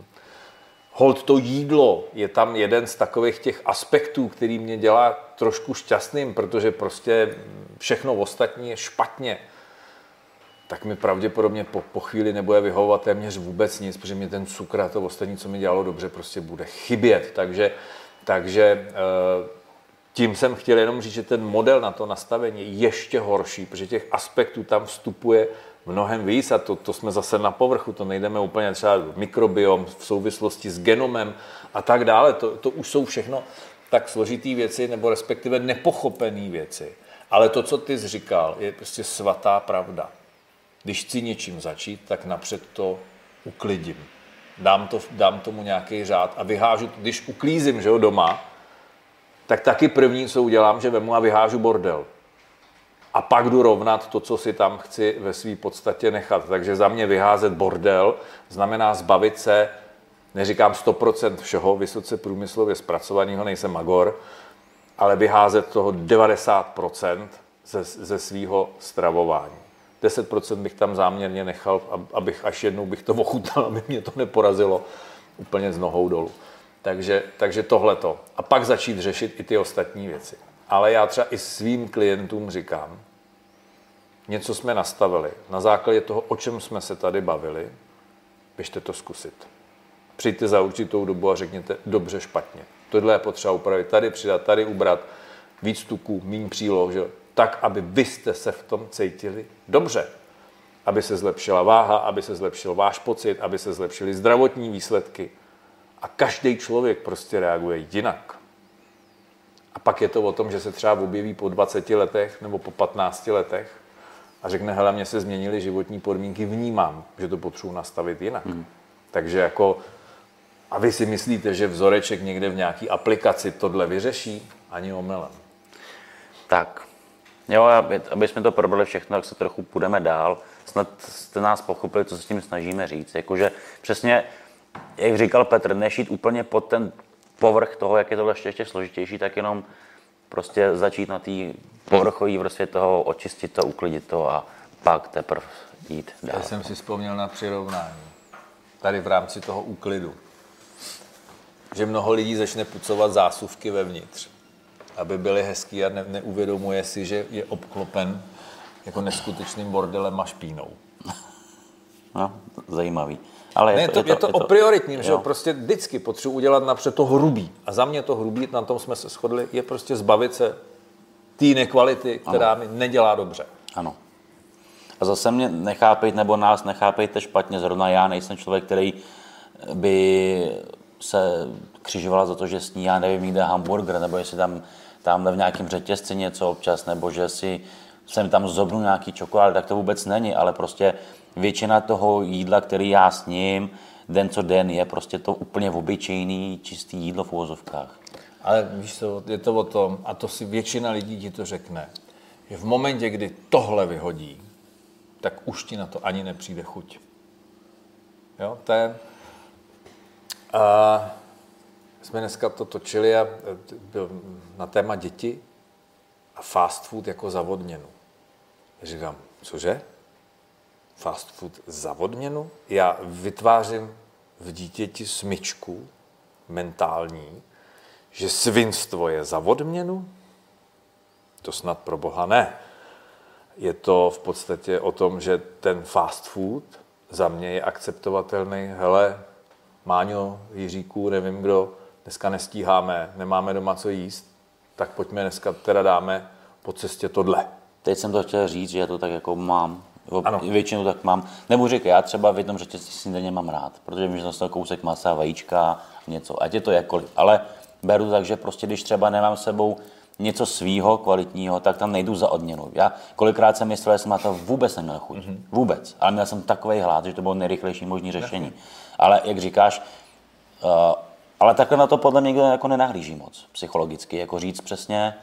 hold to jídlo je tam jeden z takových těch aspektů, který mě dělá trošku šťastným, protože prostě všechno ostatní je špatně, tak mi pravděpodobně po, po chvíli nebude vyhovovat téměř vůbec nic, protože mě ten cukr a to ostatní, co mi dělalo dobře, prostě bude chybět. Takže, takže tím jsem chtěl jenom říct, že ten model na to nastavení je ještě horší, protože těch aspektů tam vstupuje mnohem víc a to, to jsme zase na povrchu, to nejdeme úplně třeba mikrobiom v souvislosti s genomem a tak dále. To, to už jsou všechno tak složitý věci, nebo respektive nepochopené věci. Ale to, co ty jsi říkal, je prostě svatá pravda. Když chci něčím začít, tak napřed to uklidím. Dám, to, dám tomu nějaký řád a vyhážu, když uklízím, že jo, doma, tak taky první, co udělám, že vemu a vyhážu bordel. A pak jdu rovnat to, co si tam chci ve své podstatě nechat. Takže za mě vyházet bordel znamená zbavit se, neříkám sto procent všeho vysoce průmyslově zpracovaného, nejsem magor, ale vyházet toho devadesát procent ze, ze svého stravování. deset procent bych tam záměrně nechal, abych až jednou bych to ochutnal, aby mě to neporazilo úplně z nohou dolů. Takže, takže tohleto. A pak začít řešit i ty ostatní věci. Ale já třeba i svým klientům říkám, něco jsme nastavili. Na základě toho, o čem jsme se tady bavili, běžte to zkusit. Přijďte za určitou dobu a řekněte dobře, špatně. Tohle je potřeba upravit, tady přidat, tady ubrat, víc tuků, míň příloh, že? Tak, aby vy jste se v tom cítili dobře. Aby se zlepšila váha, aby se zlepšil váš pocit, aby se zlepšily zdravotní výsledky. A každý člověk prostě reaguje jinak. A pak je to o tom, že se třeba objeví po dvaceti letech nebo po patnácti letech a řekne, hele, mně se změnily životní podmínky, vnímám, že to potřebuji nastavit jinak. Hmm. Takže jako A vy si myslíte, že vzoreček někde v nějaké aplikaci tohle vyřeší? Ani omylem. Tak, jo, aby, aby jsme to probrali všechno, tak se trochu půjdeme dál. Snad jste nás pochopili, co se s tím snažíme říct. Jakože přesně, jak říkal Petr, nešít úplně pod ten povrch toho, jak je to ještě, ještě složitější, tak jenom prostě začít na té povrchové vrstvě toho, očistit to, uklidit to a pak teprve jít dál. Já jsem si vzpomněl na přirovnání. Tady v rámci toho úklidu. Že mnoho lidí začne pucovat zásuvky vevnitř, aby byly hezký a ne, neuvědomuje si, že je obklopen jako neskutečným bordelem a špínou. No, zajímavý. Ale ne, je to, je to, je to, je to o prioritním, že jo? Jo. Prostě vždycky potřebuji udělat napřed to hrubý. A za mě to hrubý, na tom jsme se shodli, je prostě zbavit se té nekvality, která ano. mi nedělá dobře. Ano. A zase mě nechápejte, nebo nás nechápejte špatně, zrovna já nejsem člověk, který by se křižoval za to, že sní, já nevím, jde hamburger, nebo jestli tam tamhle v nějakém řetězci něco občas, nebo že si jsem tam zobnu nějaký čokolád, tak to vůbec není, ale prostě většina toho jídla, který já sním, den co den, je prostě to úplně obyčejný, čistý jídlo v uvozovkách. Ale víš co, je to o tom, a to si většina lidí ti to řekne, že v momentě, kdy tohle vyhodí, tak už ti na to ani nepřijde chuť. Jo, to je... A jsme dneska to točili a byl na téma děti a fast food jako za odměnu. Já říkám, cože? Fast food za odměnu? Já vytvářím v dítěti smyčku mentální, že svinstvo je za odměnu? To snad pro Boha ne. Je to v podstatě o tom, že ten fast food za mě je akceptovatelný. Hele, Máňo, Jiříku, nevím kdo, dneska nestíháme, nemáme doma co jíst, tak pojďme dneska teda dáme po cestě tohle. Teď jsem to chtěl říct, že já to tak jako mám. Ano. Většinou tak mám. Nebo říkej, já třeba v jednom řetězci snídaně mám rád, protože vím, že dostanu kousek masa, vajíčka, něco, ať je to jakkoliv. Ale beru tak, že prostě když třeba nemám s sebou něco svýho kvalitního, tak tam nejdu za odměnu. Já kolikrát jsem myslel, že jsem na to vůbec neměl chuť. Mm-hmm. Vůbec. Ale měl jsem takovej hlad, že to bylo nejrychlejší možný řešení. Ale jak říkáš, uh, ale takhle na to podle mě někdo jako nenahlíží moc psychologicky. Jako říct přesně,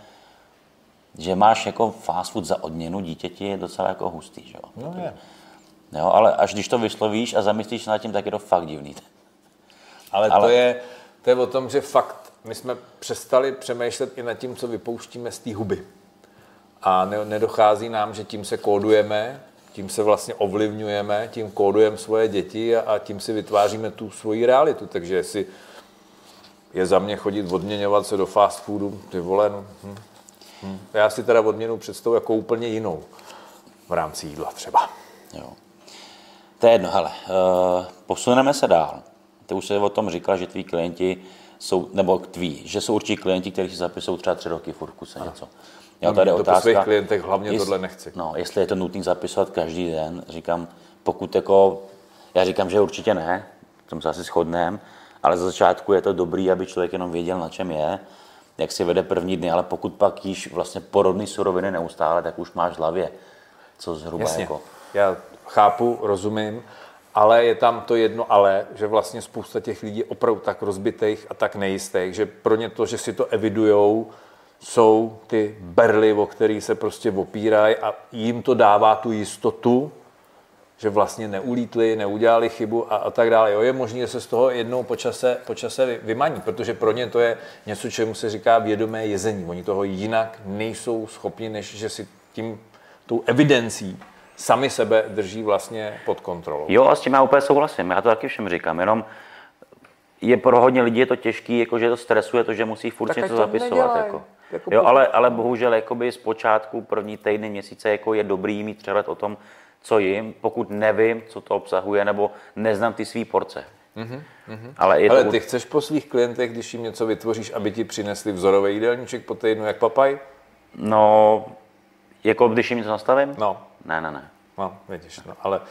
že máš jako fast food za odměnu dítěti je docela jako hustý, že jo? No je. Jo, ale až když to vyslovíš a zamyslíš se nad tím, tak je to fakt divný. Ale, ale... To, je, to je o tom, že fakt my jsme přestali přemýšlet i nad tím, co vypouštíme z té huby. A ne, nedochází nám, že tím se kódujeme, tím se vlastně ovlivňujeme, tím kódujeme svoje děti a, a tím si vytváříme tu svoji realitu. Takže jestli je za mě chodit odměňovat se do fast foodu, ty vole, no, hm, hm. Já si teda odměnu představu jako úplně jinou v rámci jídla třeba. Jo. To je jedno, hele, uh, posuneme se dál. Ty už jsi o tom říkal, že tví klienti jsou, nebo tví, že jsou určitě klienti, kteří si zapisují třeba tři roky v kuse něco. Jo, tady to otázka, po svých klientech hlavně jest, tohle nechci. No, jestli je to nutné zapisovat každý den, říkám, pokud jako, já říkám, že určitě ne, tom se asi shodneme, ale za začátku je to dobrý, aby člověk jenom věděl, na čem je, jak si vede první dny, ale pokud pak jíš vlastně porodné suroviny neustále, tak už máš v hlavě, co zhruba Jasně. jako. Já chápu, rozumím, ale je tam to jedno ale, že vlastně spousta těch lidí je opravdu tak rozbitých a tak nejistých, že pro ně to, že si to evidujou, jsou ty berly, o který se prostě opírají a jim to dává tu jistotu, že vlastně neulítli, neudělali chybu a, a tak dále. Jo, je možné, že se z toho jednou po čase, po čase vymaní, protože pro ně to je něco, čemu se říká vědomé jezení. Oni toho jinak nejsou schopni, než že si tím, tou evidencí sami sebe drží vlastně pod kontrolou. Jo, a s tím já úplně souhlasím, já to taky všem říkám, jenom je pro hodně lidí je to těžký, jako že to stresuje to, že musí furt něco zapisovat. Jako. Jako jo, ale, ale bohužel jakoby z počátku první týdny, měsíce jako je dobrý mít přehled o tom, co jim, pokud nevím, co to obsahuje, nebo neznám ty svý porce. Mm-hmm, mm-hmm. Ale, je ale to... ty chceš po svých klientech, když jim něco vytvoříš, aby ti přinesli vzorový jídelníček po týdnu jak papaj? No, jako když jim něco nastavím? No. Ne, ne, ne. No, vidíš, no, ale... Uh,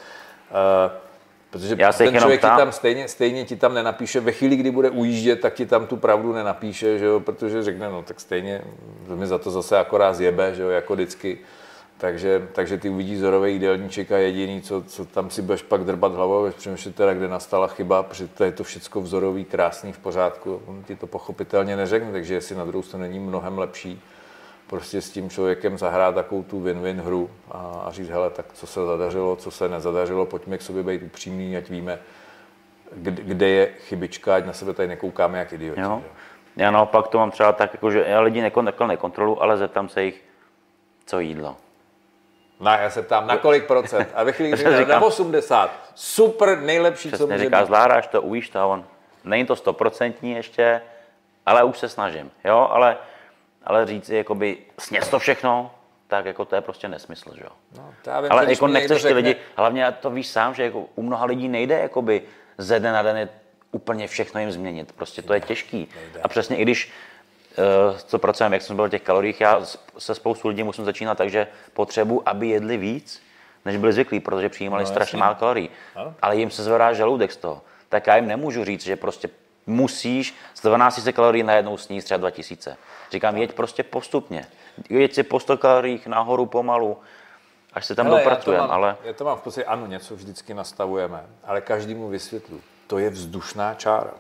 protože Já ten člověk ti tam stejně, stejně ti tam nenapíše, ve chvíli, kdy bude ujíždět, tak ti tam tu pravdu nenapíše, že jo, protože řekne, no tak stejně mi za to zase akorát zjebe, že jo, jako vždycky. Takže, takže ty uvidí vzorový jídelníček a jediný, co, co tam si budeš pak drbat hlavou, budeš přemýšlet teda, kde nastala chyba, protože to je to všecko vzorový, krásný, v pořádku. On ti to pochopitelně neřekne, takže jestli na druhou stranu není mnohem lepší prostě s tím člověkem zahrát takovou tu win-win hru a, a říct, hele, tak co se zadařilo, co se nezadařilo, pojďme k sobě být upřímný, ať víme, kde, kde je chybička, ať na sebe tady nekoukáme jak idioti. Jo. Já naopak to mám třeba tak, jako, že já lidi nekon, nekontroluji, ale zeptám se jich, co jídlo. No, já se ptám, na kolik procent? A ve chvíli, kdy na osmdesát. Super, nejlepší, přesně co může říká, být. zvládáš to, ujíš to, on. Není to stoprocentní ještě, ale už se snažím, jo, ale, ale říct, jakoby, sněz to všechno, tak jako to je prostě nesmysl, že jo. No, to vím, ale jako nechceš řekne... ty lidi, hlavně to víš sám, že jako u mnoha lidí nejde jakoby ze dne na den je úplně všechno jim změnit, prostě to je těžký. A přesně i když co pracujeme, jak jsem byl v těch kaloriích, já se spoustu lidí musím začínat tak, že potřebuji, aby jedli víc, než byli zvyklí, protože přijímali no, strašně málo kalorií. Ano. Ale jim se zvedá žaludek z toho. Tak já jim nemůžu říct, že prostě musíš z dvanáct set kalorií najednou sníst třeba dva tisíce. Říkám, jeď prostě postupně. Jeď si po sto kaloriích nahoru pomalu, až se tam Hele, dopracujeme. Ale... Já to mám v podstatě, ano, něco vždycky nastavujeme, ale každému vysvětlu. To je vzdušná čára.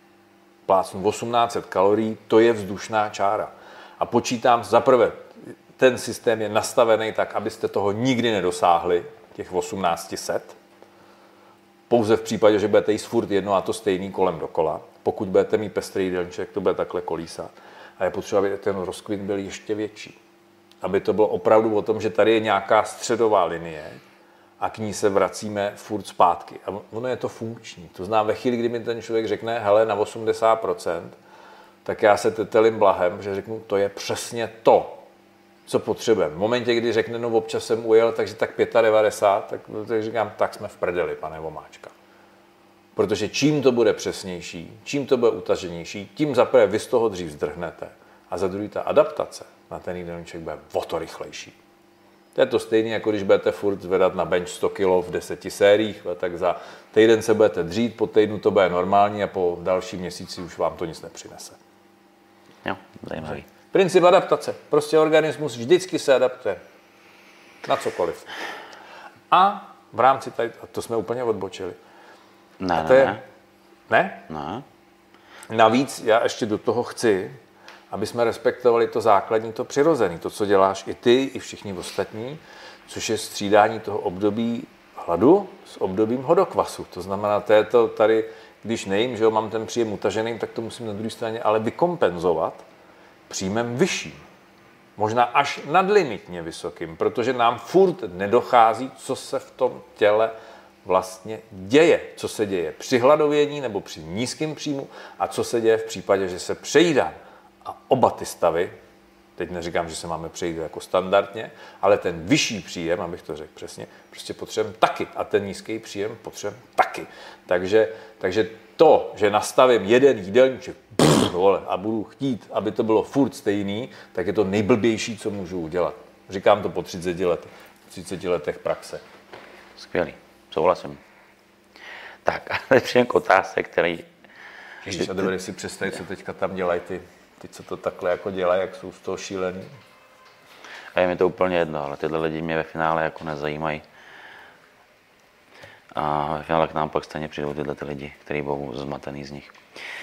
Plácnu osmnáct set kalorií, to je vzdušná čára. A počítám, zaprvé, ten systém je nastavený tak, abyste toho nikdy nedosáhli, těch osmnáct set. Pouze v případě, že budete jíst furt jedno a to stejný kolem dokola. Pokud budete mít pestrý jídelníček, to bude takhle kolísat. A je potřeba, aby ten rozkvit byl ještě větší. Aby to bylo opravdu o tom, že tady je nějaká středová linie a k ní se vracíme furt zpátky. A ono je to funkční. To znamená, ve chvíli, kdy mi ten člověk řekne, hele, na osmdesát procent, tak já se tetelím blahem, že řeknu, to je přesně to, co potřebujeme. V momentě, kdy řekne, no občas jsem ujel, takže tak devadesát pět, tak, tak říkám, tak jsme v prdeli, pane Vomáčka. Protože čím to bude přesnější, čím to bude utaženější, tím zaprvé vy z toho dřív zdrhnete. A za druhý ta adaptace na ten jídelníček bude o to rychlejší. To je to stejné, jako když budete furt zvedat na bench sto kilo v deseti sériích, tak za týden se budete dřít, po týdnu to bude normální a po dalším měsíci už vám to nic nepřinese. Jo, zajímavý. Princip adaptace. Prostě organismus vždycky se adaptuje na cokoliv. A v rámci tady, a to jsme úplně odbočili. Ne, to je, ne, ne. Ne? Navíc já ještě do toho chci, aby jsme respektovali to základní, to přirozené, to, co děláš i ty, i všichni ostatní, což je střídání toho období hladu s obdobím hodokvasu. To znamená, to je to tady, když nejím, že jo, mám ten příjem utažený, tak to musím na druhé straně ale vykompenzovat příjmem vyšším. Možná až nadlimitně vysokým, protože nám furt nedochází, co se v tom těle vlastně děje. Co se děje při hladovění nebo při nízkém příjmu a co se děje v případě, že se přejídám. A oba ty stavy, teď neříkám, že se máme přejít jako standardně, ale ten vyšší příjem, abych to řekl přesně, prostě potřebujeme taky. A ten nízký příjem potřebujeme taky. Takže, takže to, že nastavím jeden jídelníček a budu chtít, aby to bylo furt stejný, tak je to nejblbější, co můžu udělat. Říkám to po třiceti letech, třiceti letech praxe. Skvělý, souhlasím. Tak, a teď přijím k otázce, který... Ježiš, a dovedeš si představit, co teďka tam dělají ty, ty, co to takhle jako dělají, jak jsou z toho šílený. A je mi to úplně jedno, ale tyhle lidi mě ve finále jako nezajímají. A ve finále k nám pak stejně přijdou tyhle ty lidi, kteří budou zmatený z nich.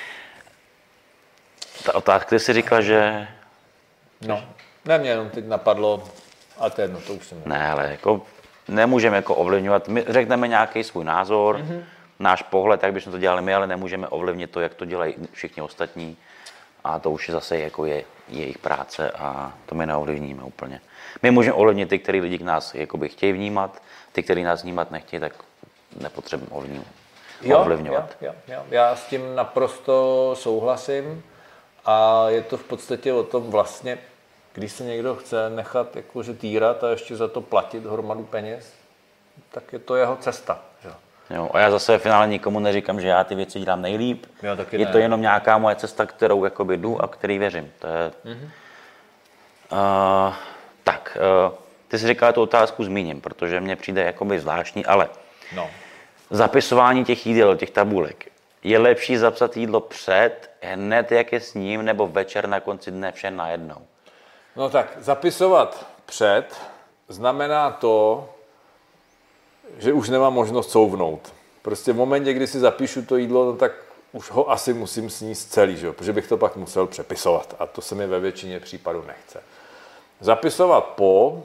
Ta otázka, ty jsi říkal, že... No, ne, mě jenom teď napadlo, a to jedno, to už jsem... Ne, ale jako nemůžeme jako ovlivňovat, my řekneme nějaký svůj názor, mm-hmm. náš pohled, jak bychom to dělali my, ale nemůžeme ovlivnit to, jak to dělají všichni ostatní. A to už je zase jako je jejich práce a to my neovlivníme úplně. My můžeme ovlivnit ty, který lidi k nás jakoby chtějí vnímat, ty, který nás vnímat nechtějí, tak nepotřebujeme ovlivňovat. Jo, jo, jo, jo. Já s tím naprosto souhlasím a je to v podstatě o tom vlastně, když se někdo chce nechat jakože týrat a ještě za to platit hromadu peněz, tak je to jeho cesta. Jo. Jo, a já zase v finále nikomu neříkám, že já ty věci dělám nejlíp. Jo, taky je ne. to jenom nějaká moje cesta, kterou jakoby jdu a který věřím. To je... Mm-hmm. Uh, tak, uh, ty jsi říkal, tu otázku zmíním, protože mně přijde jakoby zvláštní, ale no. Zapisování těch jídel, těch tabulek. Je lepší zapsat jídlo před, hned jak je s ním, nebo večer na konci dne vše najednou? No tak, zapisovat před znamená to, že už nemám možnost couvnout. Prostě v momentě, kdy si zapíšu to jídlo, no tak už ho asi musím sníst celý, že jo? Protože bych to pak musel přepisovat a to se mi ve většině případů nechce. Zapisovat po,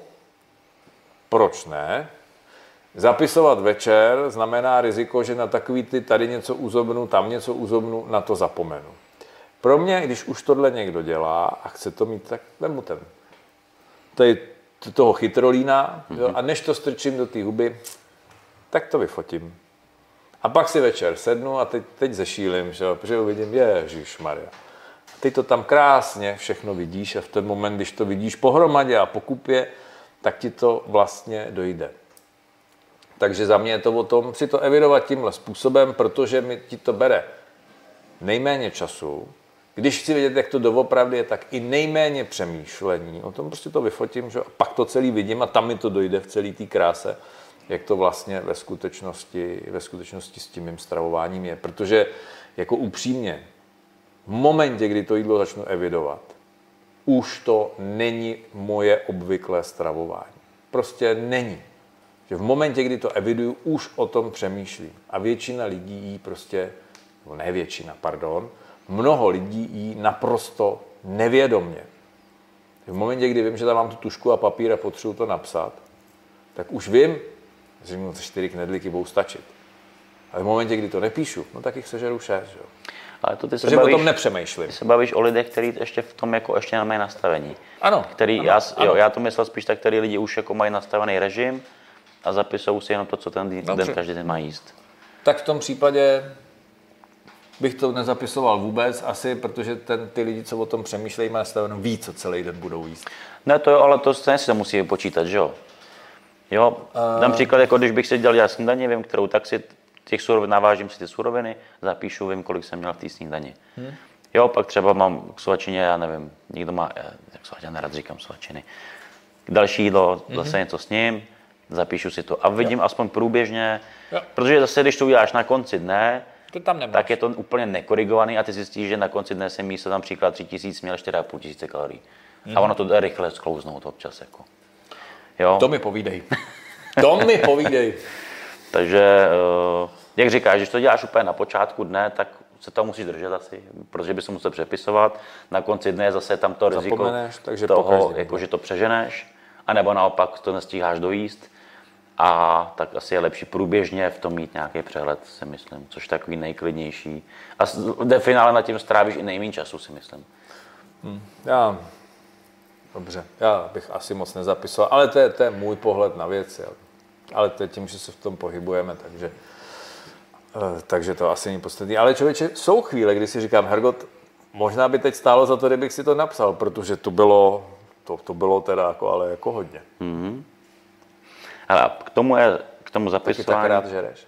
proč ne? Zapisovat večer znamená riziko, že na takový ty tady něco uzobnu, tam něco uzobnu, na to zapomenu. Pro mě, když už tohle někdo dělá a chce to mít, tak vemu ten. Tady toho chytrolína, mm-hmm. a než to strčím do té huby, tak to vyfotím. A pak si večer sednu a teď, teď zešílim, že? Protože uvidím, ježišmarja. Ty to tam krásně všechno vidíš a v ten moment, když to vidíš pohromadě a po kupě, tak ti to vlastně dojde. Takže za mě je to o tom si to evidovat tímhle způsobem, protože mi ti to bere nejméně času. Když chci vědět, jak to doopravdy je, tak i nejméně přemýšlení. O tom prostě to vyfotím, že? A pak to celý vidím a tam mi to dojde v celé té kráse, jak to vlastně ve skutečnosti, ve skutečnosti s tím mým stravováním je. Protože jako upřímně, v momentě, kdy to jídlo začnu evidovat, už to není moje obvyklé stravování. Prostě není. Že v momentě, kdy to eviduju, už o tom přemýšlím. A většina lidí jí prostě, no ne většina, pardon, mnoho lidí jí naprosto nevědomně. V momentě, kdy vím, že tam mám tu tušku a papír a potřebuji to napsat, tak už vím, že mi ty čtyři knedlíky budou stačit. Ale v momentě, kdy to nepíšu, no tak jich sežeru šest. Jo. Ale to ty se Protože bavíš, o tom nepřemýšlím. Ty se bavíš o lidech, kteří ještě v tom jako ještě nemají nastavení. Ano. Který, ano, já, ano. Jo, já to myslel spíš tak, který lidi už jako mají nastavený režim a zapisují si jenom to, co ten den Dobře. každý den má jíst. Tak v tom případě bych to nezapisoval vůbec asi, protože ten, ty lidi, co o tom přemýšlejí, mají nastaveno, ví, co celý den budou jíst. Ne, to jo, ale to se si to musí počítat, že jo? Jo, dám příklad, jako když bych si dělal dělat snídaně, vím, kterou, tak si těch surovin, navážím si ty suroviny, zapíšu, vím, kolik jsem měl v té snídani. Hmm. Jo, pak třeba mám k svačině, já nevím, někdo má, jak svačině, nerad říkám svačiny, další jídlo, hmm. zase něco s ním, zapíšu si to a vidím jo. aspoň průběžně, jo. protože zase, když to uděláš na konci dne, to tam tak je to úplně nekorigovaný a ty zjistíš, že na konci dne jsem místo tam příklad tři tisíce měl čtyři a půl tisíce kalorií. Hmm. A ono to jde rychle sklouznout občas. Jako. Jo? To mi povídej. To mi povídej. Takže, jak říkáš, když to děláš úplně na počátku dne, tak se to musíš držet asi, protože by se musel přepisovat. Na konci dne je zase tam to riziko takže toho, jako, že to přeženeš, anebo naopak to nestíháš dojíst. A tak asi je lepší průběžně v tom mít nějaký přehled, si myslím, což je takový nejklidnější. A v finále nad tím strávíš i nejméně času, si myslím. Hmm. Já... Dobře, já bych asi moc nezapisoval, ale to je, to je můj pohled na věc. Jo. Ale to je tím, že se v tom pohybujeme, takže, takže to asi není podstatné. Ale člověče, jsou chvíle, kdy si říkám, Hergot, možná by teď stálo za to, kdybych si to napsal, protože to bylo, to, to bylo teda jako, ale jako hodně. Mm-hmm. Ale k tomu je, k tomu zapisování... Taky tak rád žereš?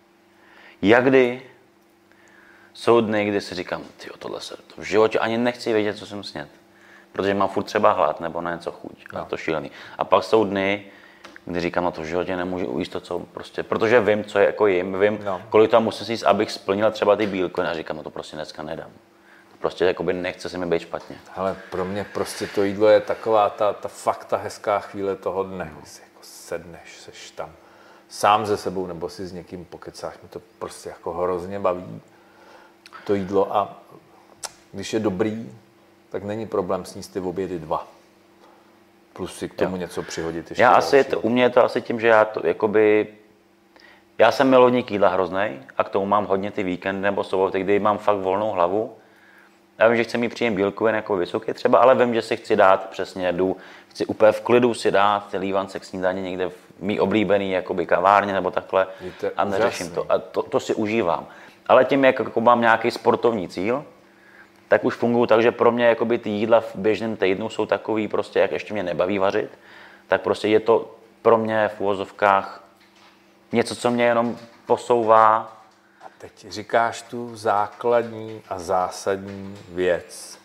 Jakdy jsou dny, kdy si říkám, tyjo, tohle se, to v životě ani nechci vědět, co jsem snět. Protože mám furt třeba hlad nebo na něco chuť. No. A to šílený. A pak jsou dny, kdy říkám, no to v životě nemůžu ujíst to, co prostě, protože vím, co je jako jim, vím, no. kolik tam musím jíst, abych splnil třeba ty bílkoviny a říkám, no to prostě dneska nedám. To prostě jakoby nechce se mi být špatně. Ale pro mě prostě to jídlo je taková ta, ta fakt ta hezká chvíle toho dne, kdy si jako sedneš, seš tam sám ze sebou nebo si s někým pokecáš, mi to prostě jako hrozně baví to jídlo a když je dobrý, tak není problém sníst ty obědy dva. Plus si k tomu jo. něco přihodit ještě. Já asi, to, u mě je to asi tím, že já to jakoby, já jsem milovník jídla hroznej a k tomu mám hodně ty víkendy nebo soboty, kdy mám fakt volnou hlavu. Já vím, že chci mít příjem bílkovin jako vysoký třeba, ale vím, že si chci dát přesně, jdu, chci úplně v klidu si dát lívance k snídani někde v mý oblíbený jakoby kavárně nebo takhle a neřeším to. A to, to si užívám. Ale tím, jak jako mám nějaký sportovní cíl, tak už fungují tak, že pro mě jakoby ty jídla v běžném týdnu jsou takový prostě, jak ještě mě nebaví vařit, tak prostě je to pro mě v uvozovkách něco, co mě jenom posouvá. A teď říkáš tu základní a zásadní věc.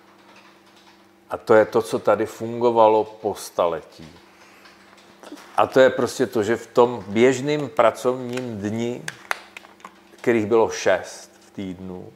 A to je to, co tady fungovalo po staletí. A to je prostě to, že v tom běžném pracovním dni, kterých bylo šest v týdnu,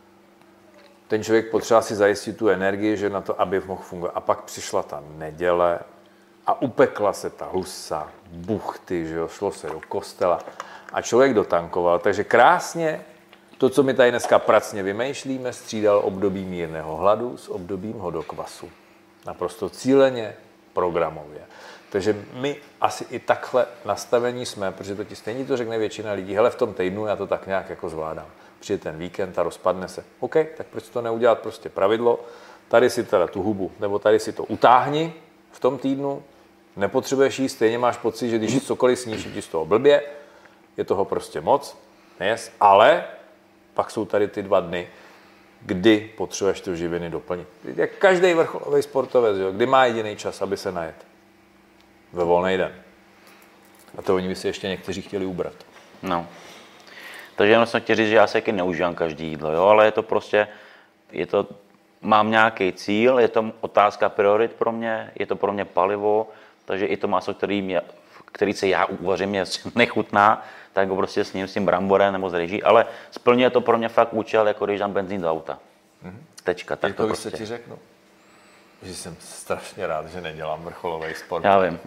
ten člověk potřeba si zajistit tu energii, že na to, aby mohl fungovat. A pak přišla ta neděle a upekla se ta husa, buchty, že jo, šlo se do kostela a člověk dotankoval. Takže krásně to, co my tady dneska pracně vymýšlíme, střídal období mírného hladu s obdobím hodokvasu. Naprosto cíleně, programově. Takže my asi i takhle nastavení jsme, protože to ti stejně to řekne většina lidí, hele, v tom týdnu já to tak nějak jako zvládám. Přijde ten víkend a rozpadne se. OK, tak proč to neudělat prostě pravidlo? Tady si teda tu hubu, nebo tady si to utáhni v tom týdnu, nepotřebuješ jíst, stejně máš pocit, že když cokoliv sníš, je ti z toho blbě, je toho prostě moc, nejes, ale pak jsou tady ty dva dny, kdy potřebuješ ty živiny doplnit. Jak každý vrcholový sportovec, jo, kdy má jediný čas, aby se najet. Ve volný den. A to oni by si ještě někteří chtěli ubrat. No. Takže jenom jsem chtěl říct, že já se taky neužívám každý jídlo, jo, ale je to prostě, je to, mám nějaký cíl, je to otázka priorit pro mě, je to pro mě palivo, takže i to maso, který, mě, který se já uvařím, mě nechutná, tak ho prostě s ním, s tím bramborem nebo s rýží, ale splňuje to pro mě fakt účel, jako když dám benzín do auta. Mm-hmm. Tečka, tak jako to prostě. Se ti řeknu, že jsem strašně rád, že nedělám vrcholový sport. Já vím.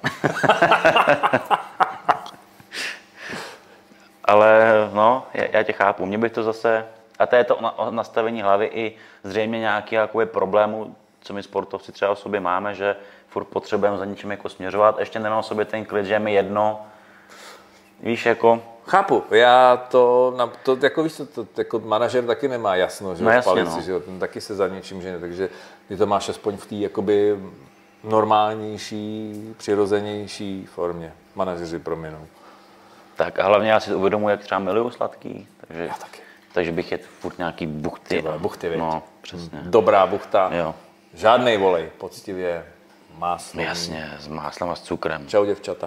Ale no, já tě chápu, mě bych to zase, a to je to nastavení hlavy i zřejmě nějaký jakoby problémů, co my sportovci třeba o sobě máme, že furt potřebujeme za něčím jako směřovat, ještě nemám o sobě ten klid, že je mi jedno, víš, jako... Chápu, já to, na, to jako víš, to, to, jako manažer taky nemá jasno, že no, v jasně, palici, no. Že jo, ten taky se za něčím žene, takže ty to máš aspoň v té jakoby normálnější, přirozenější formě, manažeři proměnou. Tak a hlavně já si uvědomuji, jak třeba miluju sladký, takže, já taky. Takže bych jedl furt nějaký buchty. Tyhle, buchty, věď. No, přesně. Dobrá buchta, jo. Žádnej volej, poctivě, máslo. Jasně, s máslem a s cukrem. Čau, děvčata.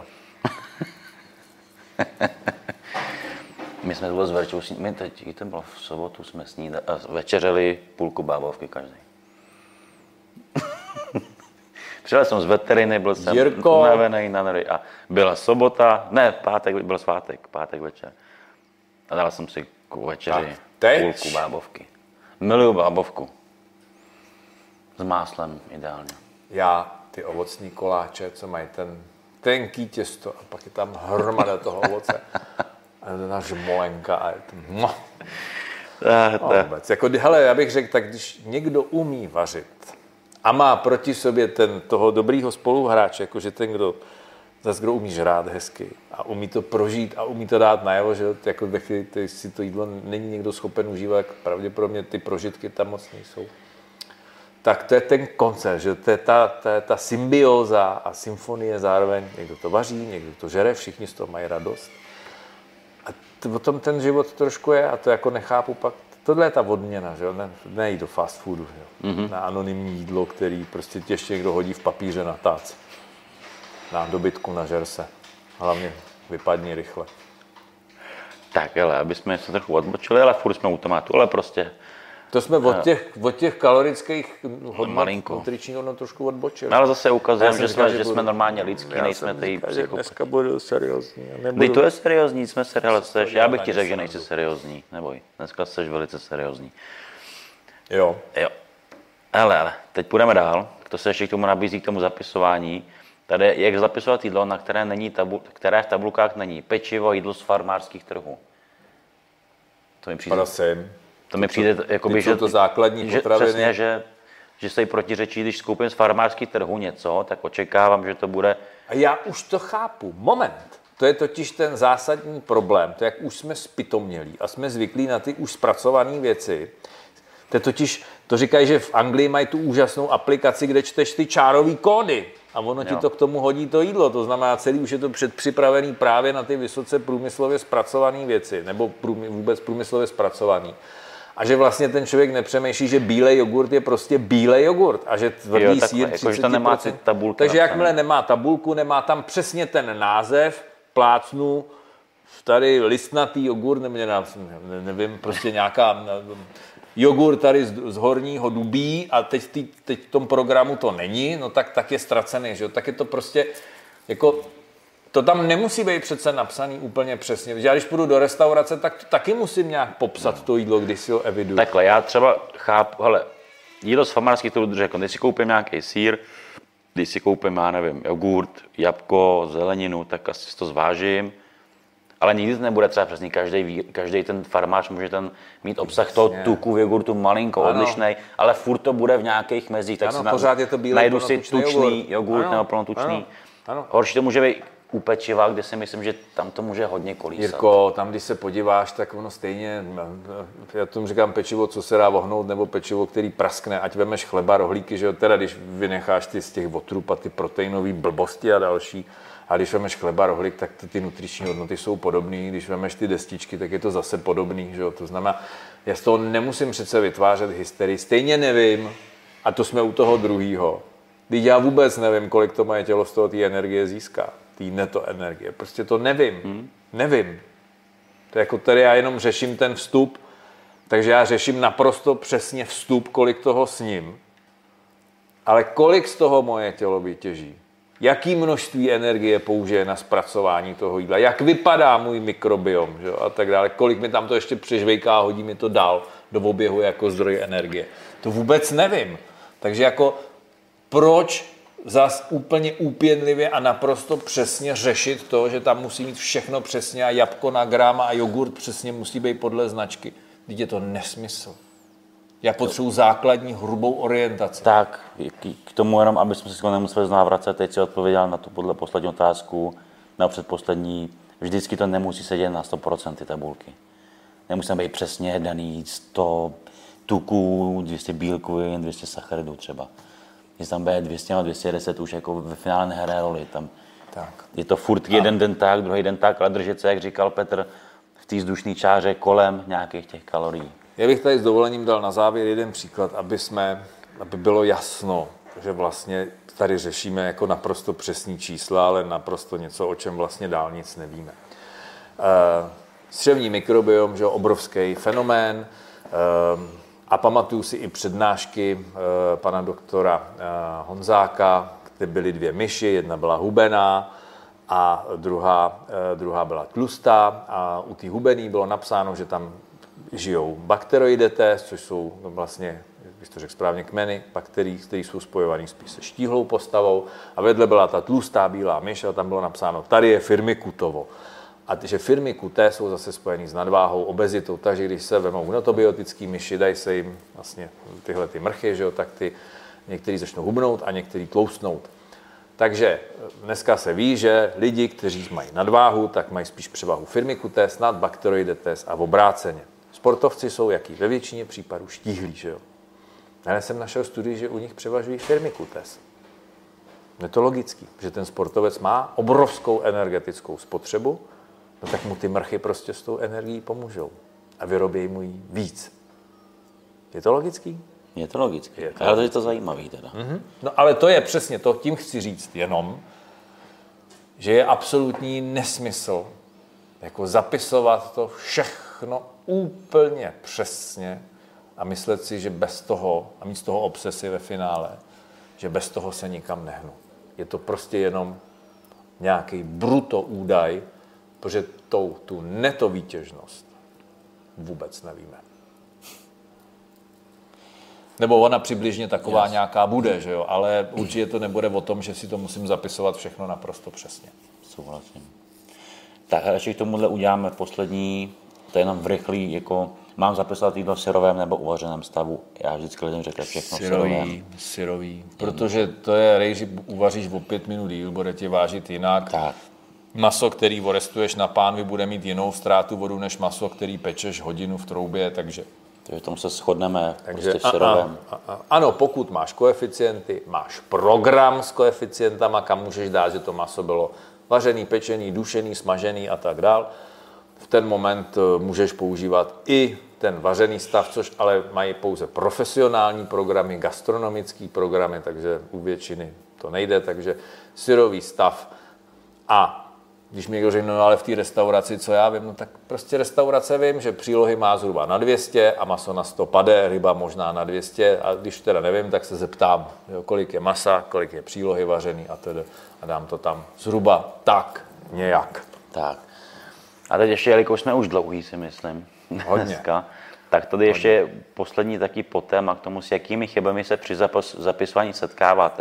My jsme bylo s Verčou, my teď, to bylo v sobotu, jsme snída, večeřeli půlku bábovky každý. Přijel jsem z veteriny, byl jsem Jirko. unavený na nory a byla sobota, ne, pátek, byl svátek, pátek večer. A dal jsem si k večeři půlku bábovky. Miluju bábovku. S máslem ideálně. Já ty ovocní koláče, co mají ten tenký těsto a pak je tam hromada toho ovoce. A je to ta žmolenka a je to... No. No, vůbec. Jako, hele, já bych řekl, tak když někdo umí vařit a má proti sobě ten, toho dobrýho spoluhráče, jakože ten, kdo zase kdo umí žrát hezky a umí to prožít a umí to dát najevo, že jako když si to jídlo není někdo schopen užívat, pravděpodobně ty prožitky tam moc nejsou. Tak to je ten koncept, že to je ta, ta, ta symbióza a symfonie zároveň. Někdo to vaří, někdo to žere, všichni z toho mají radost. A o tom ten život trošku je a to jako nechápu pak. Tohle je ta odměna, že jo? Ne, nejít do fast foodu, že jo? Mm-hmm. Na anonymní jídlo, který prostě tě ještě někdo hodí v papíře na tác. Na dobytku, na žerse. Hlavně vypadni rychle. Tak, ale aby jsme se trochu odbočili, ale furt jsme u tomátu, ale prostě... To jsme od těch, od těch kalorických hodnot, nutričních hodnot trošku odbočili. No, ale zase ukazujeme, že, jsme, že jsme normálně lidský, nejsme tady psychopati. Dneska budu seriózní. Nebudu... to je seriózní, jsme seriózní. Já bych ti řekl, že nejsi seriózní, neboj. Dneska jsi velice seriózní. Jo. Jo. Hele, ale teď půjdeme dál. To se ještě k tomu nabízí, k tomu zapisování. Tady jak zapisovat jídlo, na které, není tabu, které v tabulkách není. Pečivo, jídlo z farmářských trhů. To mi přijde. Prosím. To mi přijde, jakoby, že, to základní že, potraviny. Přesně, že, že se jí protiřečí, když skoupím z farmářských trhů něco, tak očekávám, že to bude... A já už to chápu. Moment. To je totiž ten zásadní problém. To, jak už jsme zpytomělí a jsme zvyklí na ty už zpracované věci. To je totiž, to říkají, že v Anglii mají tu úžasnou aplikaci, kde čteš ty čárový kódy. A ono jo. ti to k tomu hodí to jídlo. To znamená, celý už je to předpřipravený právě na ty vysoce průmyslově zpracované věci. Nebo průmy, vůbec průmyslově zpracovaný. A že vlastně ten člověk nepřemýšlí, že bílej jogurt je prostě bílej jogurt a že tvrdý jo, sír jako, že to nemá ty tabulky. Takže jakmile nemá tabulku, nemá tam přesně ten název, plácnu, tady listnatý jogurt, nebo nevím, prostě nějaká jogurt tady z, z horního Dubí a teď, tý, teď v tom programu to není, no tak, tak je ztracený, že jo? Tak je to prostě jako... To tam nemusí být přece napsaný úplně přesně. Já když půjdu do restaurace, tak taky musím nějak popsat to jídlo, když si ho eviduju. Takhle, já třeba chápu, hele, jídlo z farmářských trhů, řekl, když si koupím nějaký sýr, když si koupím, já nevím, jogurt, jabko, zeleninu, tak asi si to zvážím. Ale nikdy to nebude třeba přesně, každý, každý ten farmář může ten mít obsah toho tuku v jogurtu malinko odlišnej, ale furt to bude v nějakých mezích. Tak ano, si pořád je to bílej, najdu si tučný jogurt, jogurt nebo plnotučný. Ano, ano. Horší to může být u pečiva, kde si myslím, že tam to může hodně kolísat. Jirko, tam když se podíváš, tak ono stejně, já tomu říkám pečivo, co se dá vohnout, nebo pečivo, který praskne, ať vemeš chleba, rohlíky, že jo, teda když vynecháš ty z těch otrub a ty proteinové blbosti a další, a když vemeš chleba, rohlík, tak ty, ty nutriční hodnoty jsou podobné, když vemeš ty destičky, tak je to zase podobný, že jo, to znamená, já z toho nemusím přece vytvářet hysterii, stejně nevím, a to jsme u toho druhýho, když já vůbec nevím, kolik to moje tělo z toho té energie získá. Tý neto energie. Prostě to nevím. Hmm. Nevím. To je jako tady já jenom řeším ten vstup, takže já řeším naprosto přesně vstup, kolik toho sním. Ale kolik z toho moje tělo vytěží? Jaký množství energie použije na zpracování toho jídla? Jak vypadá můj mikrobiom? Že? A tak dále. Kolik mi tam to ještě přižvejká a hodí mi to dál do oběhu jako zdroj energie? To vůbec nevím. Takže jako proč zas úplně úpěnlivě a naprosto přesně řešit to, že tam musí mít všechno přesně a jabko na gram a jogurt přesně musí být podle značky. Teď je to nesmysl. Já potřebuji základní hrubou orientaci. Tak, k tomu jenom, aby jsme si nemuseli znovu vracet, teď si odpověděl na tu podle poslední otázku, na předposlední, vždycky to nemusí sedět na sto procent ty tabulky. Nemusí být přesně daný sto tuků, dvě stě bílkovin, dvě stě sacharidů třeba. Jestli tam bude dvě stě a dvě stě deset, už jako ve finále nehraje roli. Tam tak. Je to furt jeden den tak, druhý den tak, ale držet se, jak říkal Petr, v té vzdušné čáře kolem nějakých těch kalorií. Já bych tady s dovolením dal na závěr jeden příklad, aby, jsme, aby bylo jasno, že vlastně tady řešíme jako naprosto přesný čísla, ale naprosto něco, o čem vlastně dál nic nevíme. Střevní mikrobiom, že obrovský fenomén, a pamatuju si i přednášky e, pana doktora e, Honzáka, kde byly dvě myši, jedna byla hubená a druhá, e, druhá byla tlustá. A u té hubený bylo napsáno, že tam žijou bakteroidetes, což jsou no vlastně, když to řekl správně, kmeny bakterií, které jsou spojované spíš se štíhlou postavou. A vedle byla ta tlustá bílá myš a tam bylo napsáno, tady je firmikutovo. A že firmikuté jsou zase spojený s nadváhou, obezitou, takže když se vemou gnotobiotický myši, dají se jim vlastně tyhle ty mrchy, že jo, tak ty některý začnou hubnout a některý tloustnout. Takže dneska se ví, že lidi, kteří mají nadváhu, tak mají spíš převahu firmikutés nad bakteroidetes a obráceně. Sportovci jsou jaký? Ve většině případů štíhlí, že jo. Já jsem našel studii, že u nich převažují firmikutés. Je to logický, že ten sportovec má obrovskou energetickou spotřebu, no tak mu ty mrchy prostě s tou energií pomůžou a vyrobí mu jí víc. Je to logický? Je to logický, je to ale to je to zajímavý teda. Mm-hmm. No ale to je přesně to, tím chci říct jenom, že je absolutní nesmysl jako zapisovat to všechno úplně přesně a myslet si, že bez toho, a mít z toho obsesy ve finále, že bez toho se nikam nehnu. Je to prostě jenom nějaký bruto údaj, protože tou, tu neto výtěžnost vůbec nevíme. Nebo ona přibližně taková yes. nějaká bude, že jo? Ale určitě to nebude o tom, že si to musím zapisovat všechno naprosto přesně. Souhlasím. Tak a ještě k tomuhle uděláme poslední, to je jenom v rychlý, jako mám zapisovat jídlo v syrovém nebo uvařeném stavu. Já vždycky lidem řeknu všechno syrový, v syrovém. Syrový, protože to je rej, že uvaříš o pět minut díl, bude tě vážit jinak. Tak. Maso, který vorestuješ na pánvi, bude mít jinou ztrátu vodu, než maso, který pečeš hodinu v troubě, takže... Takže v tom se shodneme takže prostě v syrovém. A, a, a, ano, pokud máš koeficienty, máš program s koeficientama, kam můžeš dát, že to maso bylo vařený, pečený, dušený, smažený a tak dál. V ten moment můžeš používat i ten vařený stav, což ale mají pouze profesionální programy, gastronomické programy, takže u většiny to nejde, takže syrový stav. A když mi někdo řekne, no ale v té restauraci, co já vím, no tak prostě restaurace vím, že přílohy má zhruba na dvě stě a maso na sto pade, ryba možná na dvě stě a když teda nevím, tak se zeptám, jo, kolik je masa, kolik je přílohy vařený a tedy a dám to tam zhruba tak nějak. Tak. A teď ještě, jelikož jsme už dlouhý, si myslím, hodně. Dneska, tak tady ještě poslední taky potéma k tomu, s jakými chybami se při zapisování setkáváte.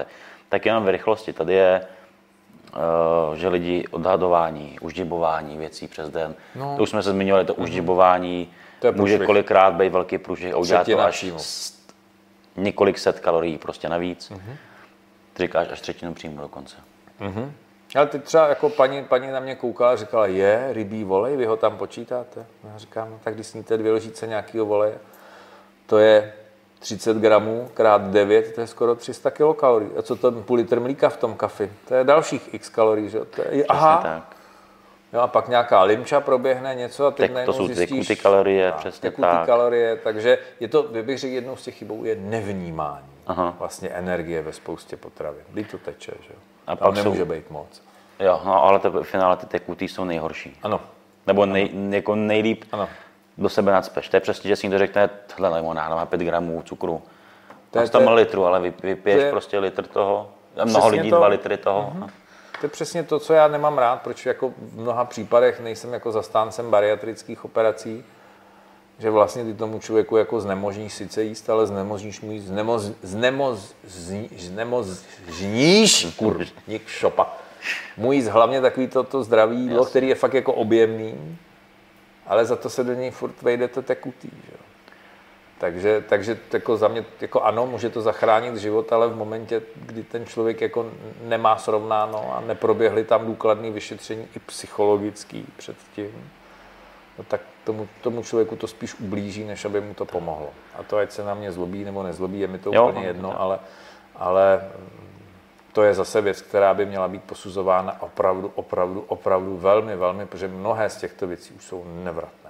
tak jenom v rychlosti. Tady je, uh, že lidi odhadování, uždibování věcí přes den. No. To už jsme se zmiňovali, to uždibování to může kolikrát být velký průšvih a udělat to až s, několik set kalorií prostě navíc. Mm-hmm. Říkáš až třetinu příjmu dokonce. Mm-hmm. Ale teď třeba jako paní, paní na mě koukala a říkala, je rybí volej, vy ho tam počítáte? Já říkám, no, tak když sníte dvě lžíce nějakého voleje, to je třicet gramů krát devět, to je skoro tři sta kilokalorií. A co to půl litr mlíka v tom kafi? To je dalších x kalorií, že? To je, aha. Tak. Jo, a pak nějaká limča proběhne něco a teď najednou to jsou zjistíš... ty kalorie, a, přesně tak. kalorie, takže je to, bych řekl, jednou z těch chybou je nevnímání aha. vlastně energie ve spoustě potravin. Kdy to teče, že jo? A pak nemůže jsou... být moc. Jo, no, ale to, v finále ty tekutý jsou nejhorší. Ano. Nebo nej, jako nejlíp ano. do sebe nacpeš. To je přesně, že si někdo řekne, tohle limonáda má pět gramů cukru. To je sto mililitrů, ale vypiješ je... prostě litr toho. Mnoho lidí to... dva litry toho. Uh-huh. To je přesně to, co já nemám rád, proč jako v mnoha případech nejsem jako zastáncem bariatrických operací, že vlastně ty tomu člověku jako znemožníš sice jíst, ale znemožníš mu jíst, znemoz, znemoz, znemožníš, kurník šopa. Mu jíst hlavně takový to, to zdravý jídlo, který je fakt jako objemný, ale za to se do něj furt vejde to tekutý, že? Takže, takže jako za mě, jako ano, může to zachránit život, ale v momentě, kdy ten člověk jako nemá srovnáno a neproběhly tam důkladné vyšetření i psychologický předtím, no tak tomu, tomu člověku to spíš ublíží, než aby mu to pomohlo. A to, ať se na mě zlobí nebo nezlobí, je mi to jo, úplně jedno, ale, ale to je zase věc, která by měla být posuzována opravdu, opravdu, opravdu velmi, velmi, protože mnohé z těchto věcí už jsou nevratné.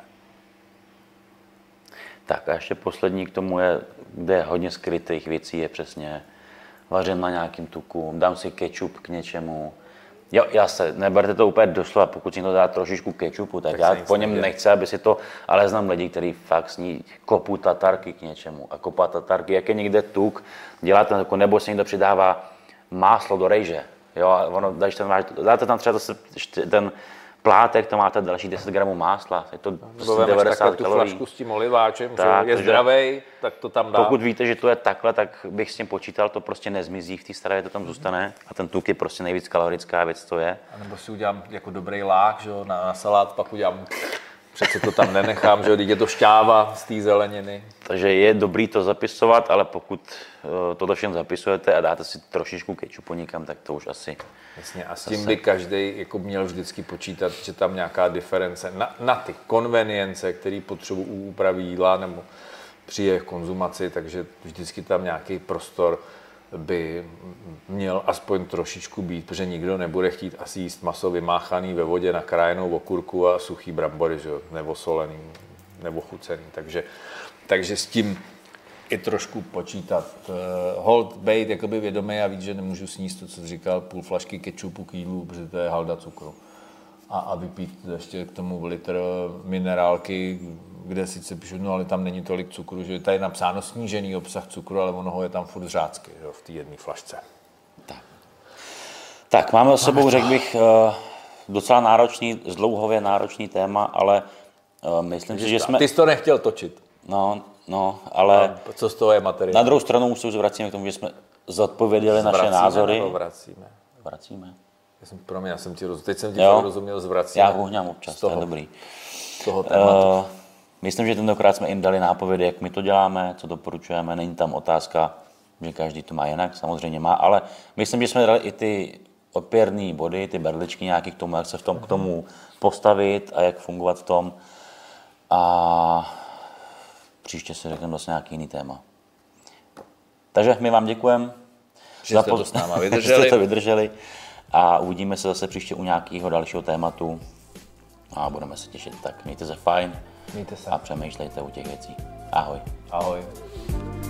Tak a ještě poslední k tomu je, kde je hodně skrytých věcí, je přesně vařím na nějakým tuku, dám si kečup k něčemu. Jo, já se, neberte to úplně doslova, pokud si to dá trošičku kečupu, tak, tak já po něm nechci, aby si to, ale znám lidi, kteří fakt sní kopu tatarky k něčemu a kopa tatarky, jak je někde tuk, děláte jako, nebo se někdo přidává máslo do rejže, jo, a ono, když tam máš, dáte tam třeba zase ten plátek, to máte další deset gramů másla, je to prostě devadesát kalorií. Tu flašku s tím oliváčem, tak, že je zdravej, tak to tam dá. Pokud víte, že to je takhle, tak bych s tím počítal, to prostě nezmizí, v té stravě to tam zůstane a ten tuk je prostě nejvíc kalorická věc, to je. A nebo si udělám jako dobrý lák, že jo, na, na salát, pak udělám, přece to tam nenechám, že jo, teď je to šťáva z té zeleniny. Takže je dobrý to zapisovat, ale pokud tohle všem zapisujete a dáte si trošičku kečupu někam, tak to už asi... Jasně, a s tím by každý jako měl vždycky počítat, že tam nějaká diference na, na ty konvenience, které potřebují úpravy jídla nebo při jejich konzumaci, takže vždycky tam nějaký prostor by měl aspoň trošičku být, protože nikdo nebude chtít asi jíst maso vymáchaný ve vodě, nakrájenou okurku a suchý brambory, že jo, nebo solený, nebo chucený, takže, takže s tím i trošku počítat. Hold, bejt jakoby vědomý a víc, že nemůžu sníst to, co jsi říkal, půl flašky kečupu k jídlu, protože to je halda cukru. A, a vypít ještě k tomu litr minerálky, kde sice píšu, no ale tam není tolik cukru, že tady je napsáno snížený obsah cukru, ale ono je tam furt řácky, že, v té jedné flašce. Tak. tak, máme o sebou, řekl bych, docela náročný, zdlouhově náročný téma, ale myslím si, že jsme... Ty jsi to nechtěl točit. No, no, ale... A co z toho je materiál? Na druhou stranu už se už vracíme k tomu, že jsme zodpověděli naše názory. Nebo vracíme? Vracíme. Já jsem, pro mě, já jsem ti rozuměl, teď jsem ti rozuměl, zvracíme. Já uhňám občas, toho, to je dobrý. Toho uh, myslím, že tentokrát jsme jim dali nápovědy, jak my to děláme, co doporučujeme. Není tam otázka, že každý to má jinak, samozřejmě má, ale myslím, že jsme dali i ty opěrné body, ty berličky nějaký k tomu, jak se v tom, k tomu postavit a jak fungovat v tom. A příště si řekneme zase nějaký jiný téma. Takže my vám děkujeme, že jste to s náma vydrželi. jste to vydrželi a uvidíme se zase příště u nějakého dalšího tématu a budeme se těšit. Tak mějte se fajn mějte se. A přemýšlejte o těch věcí. Ahoj. Ahoj.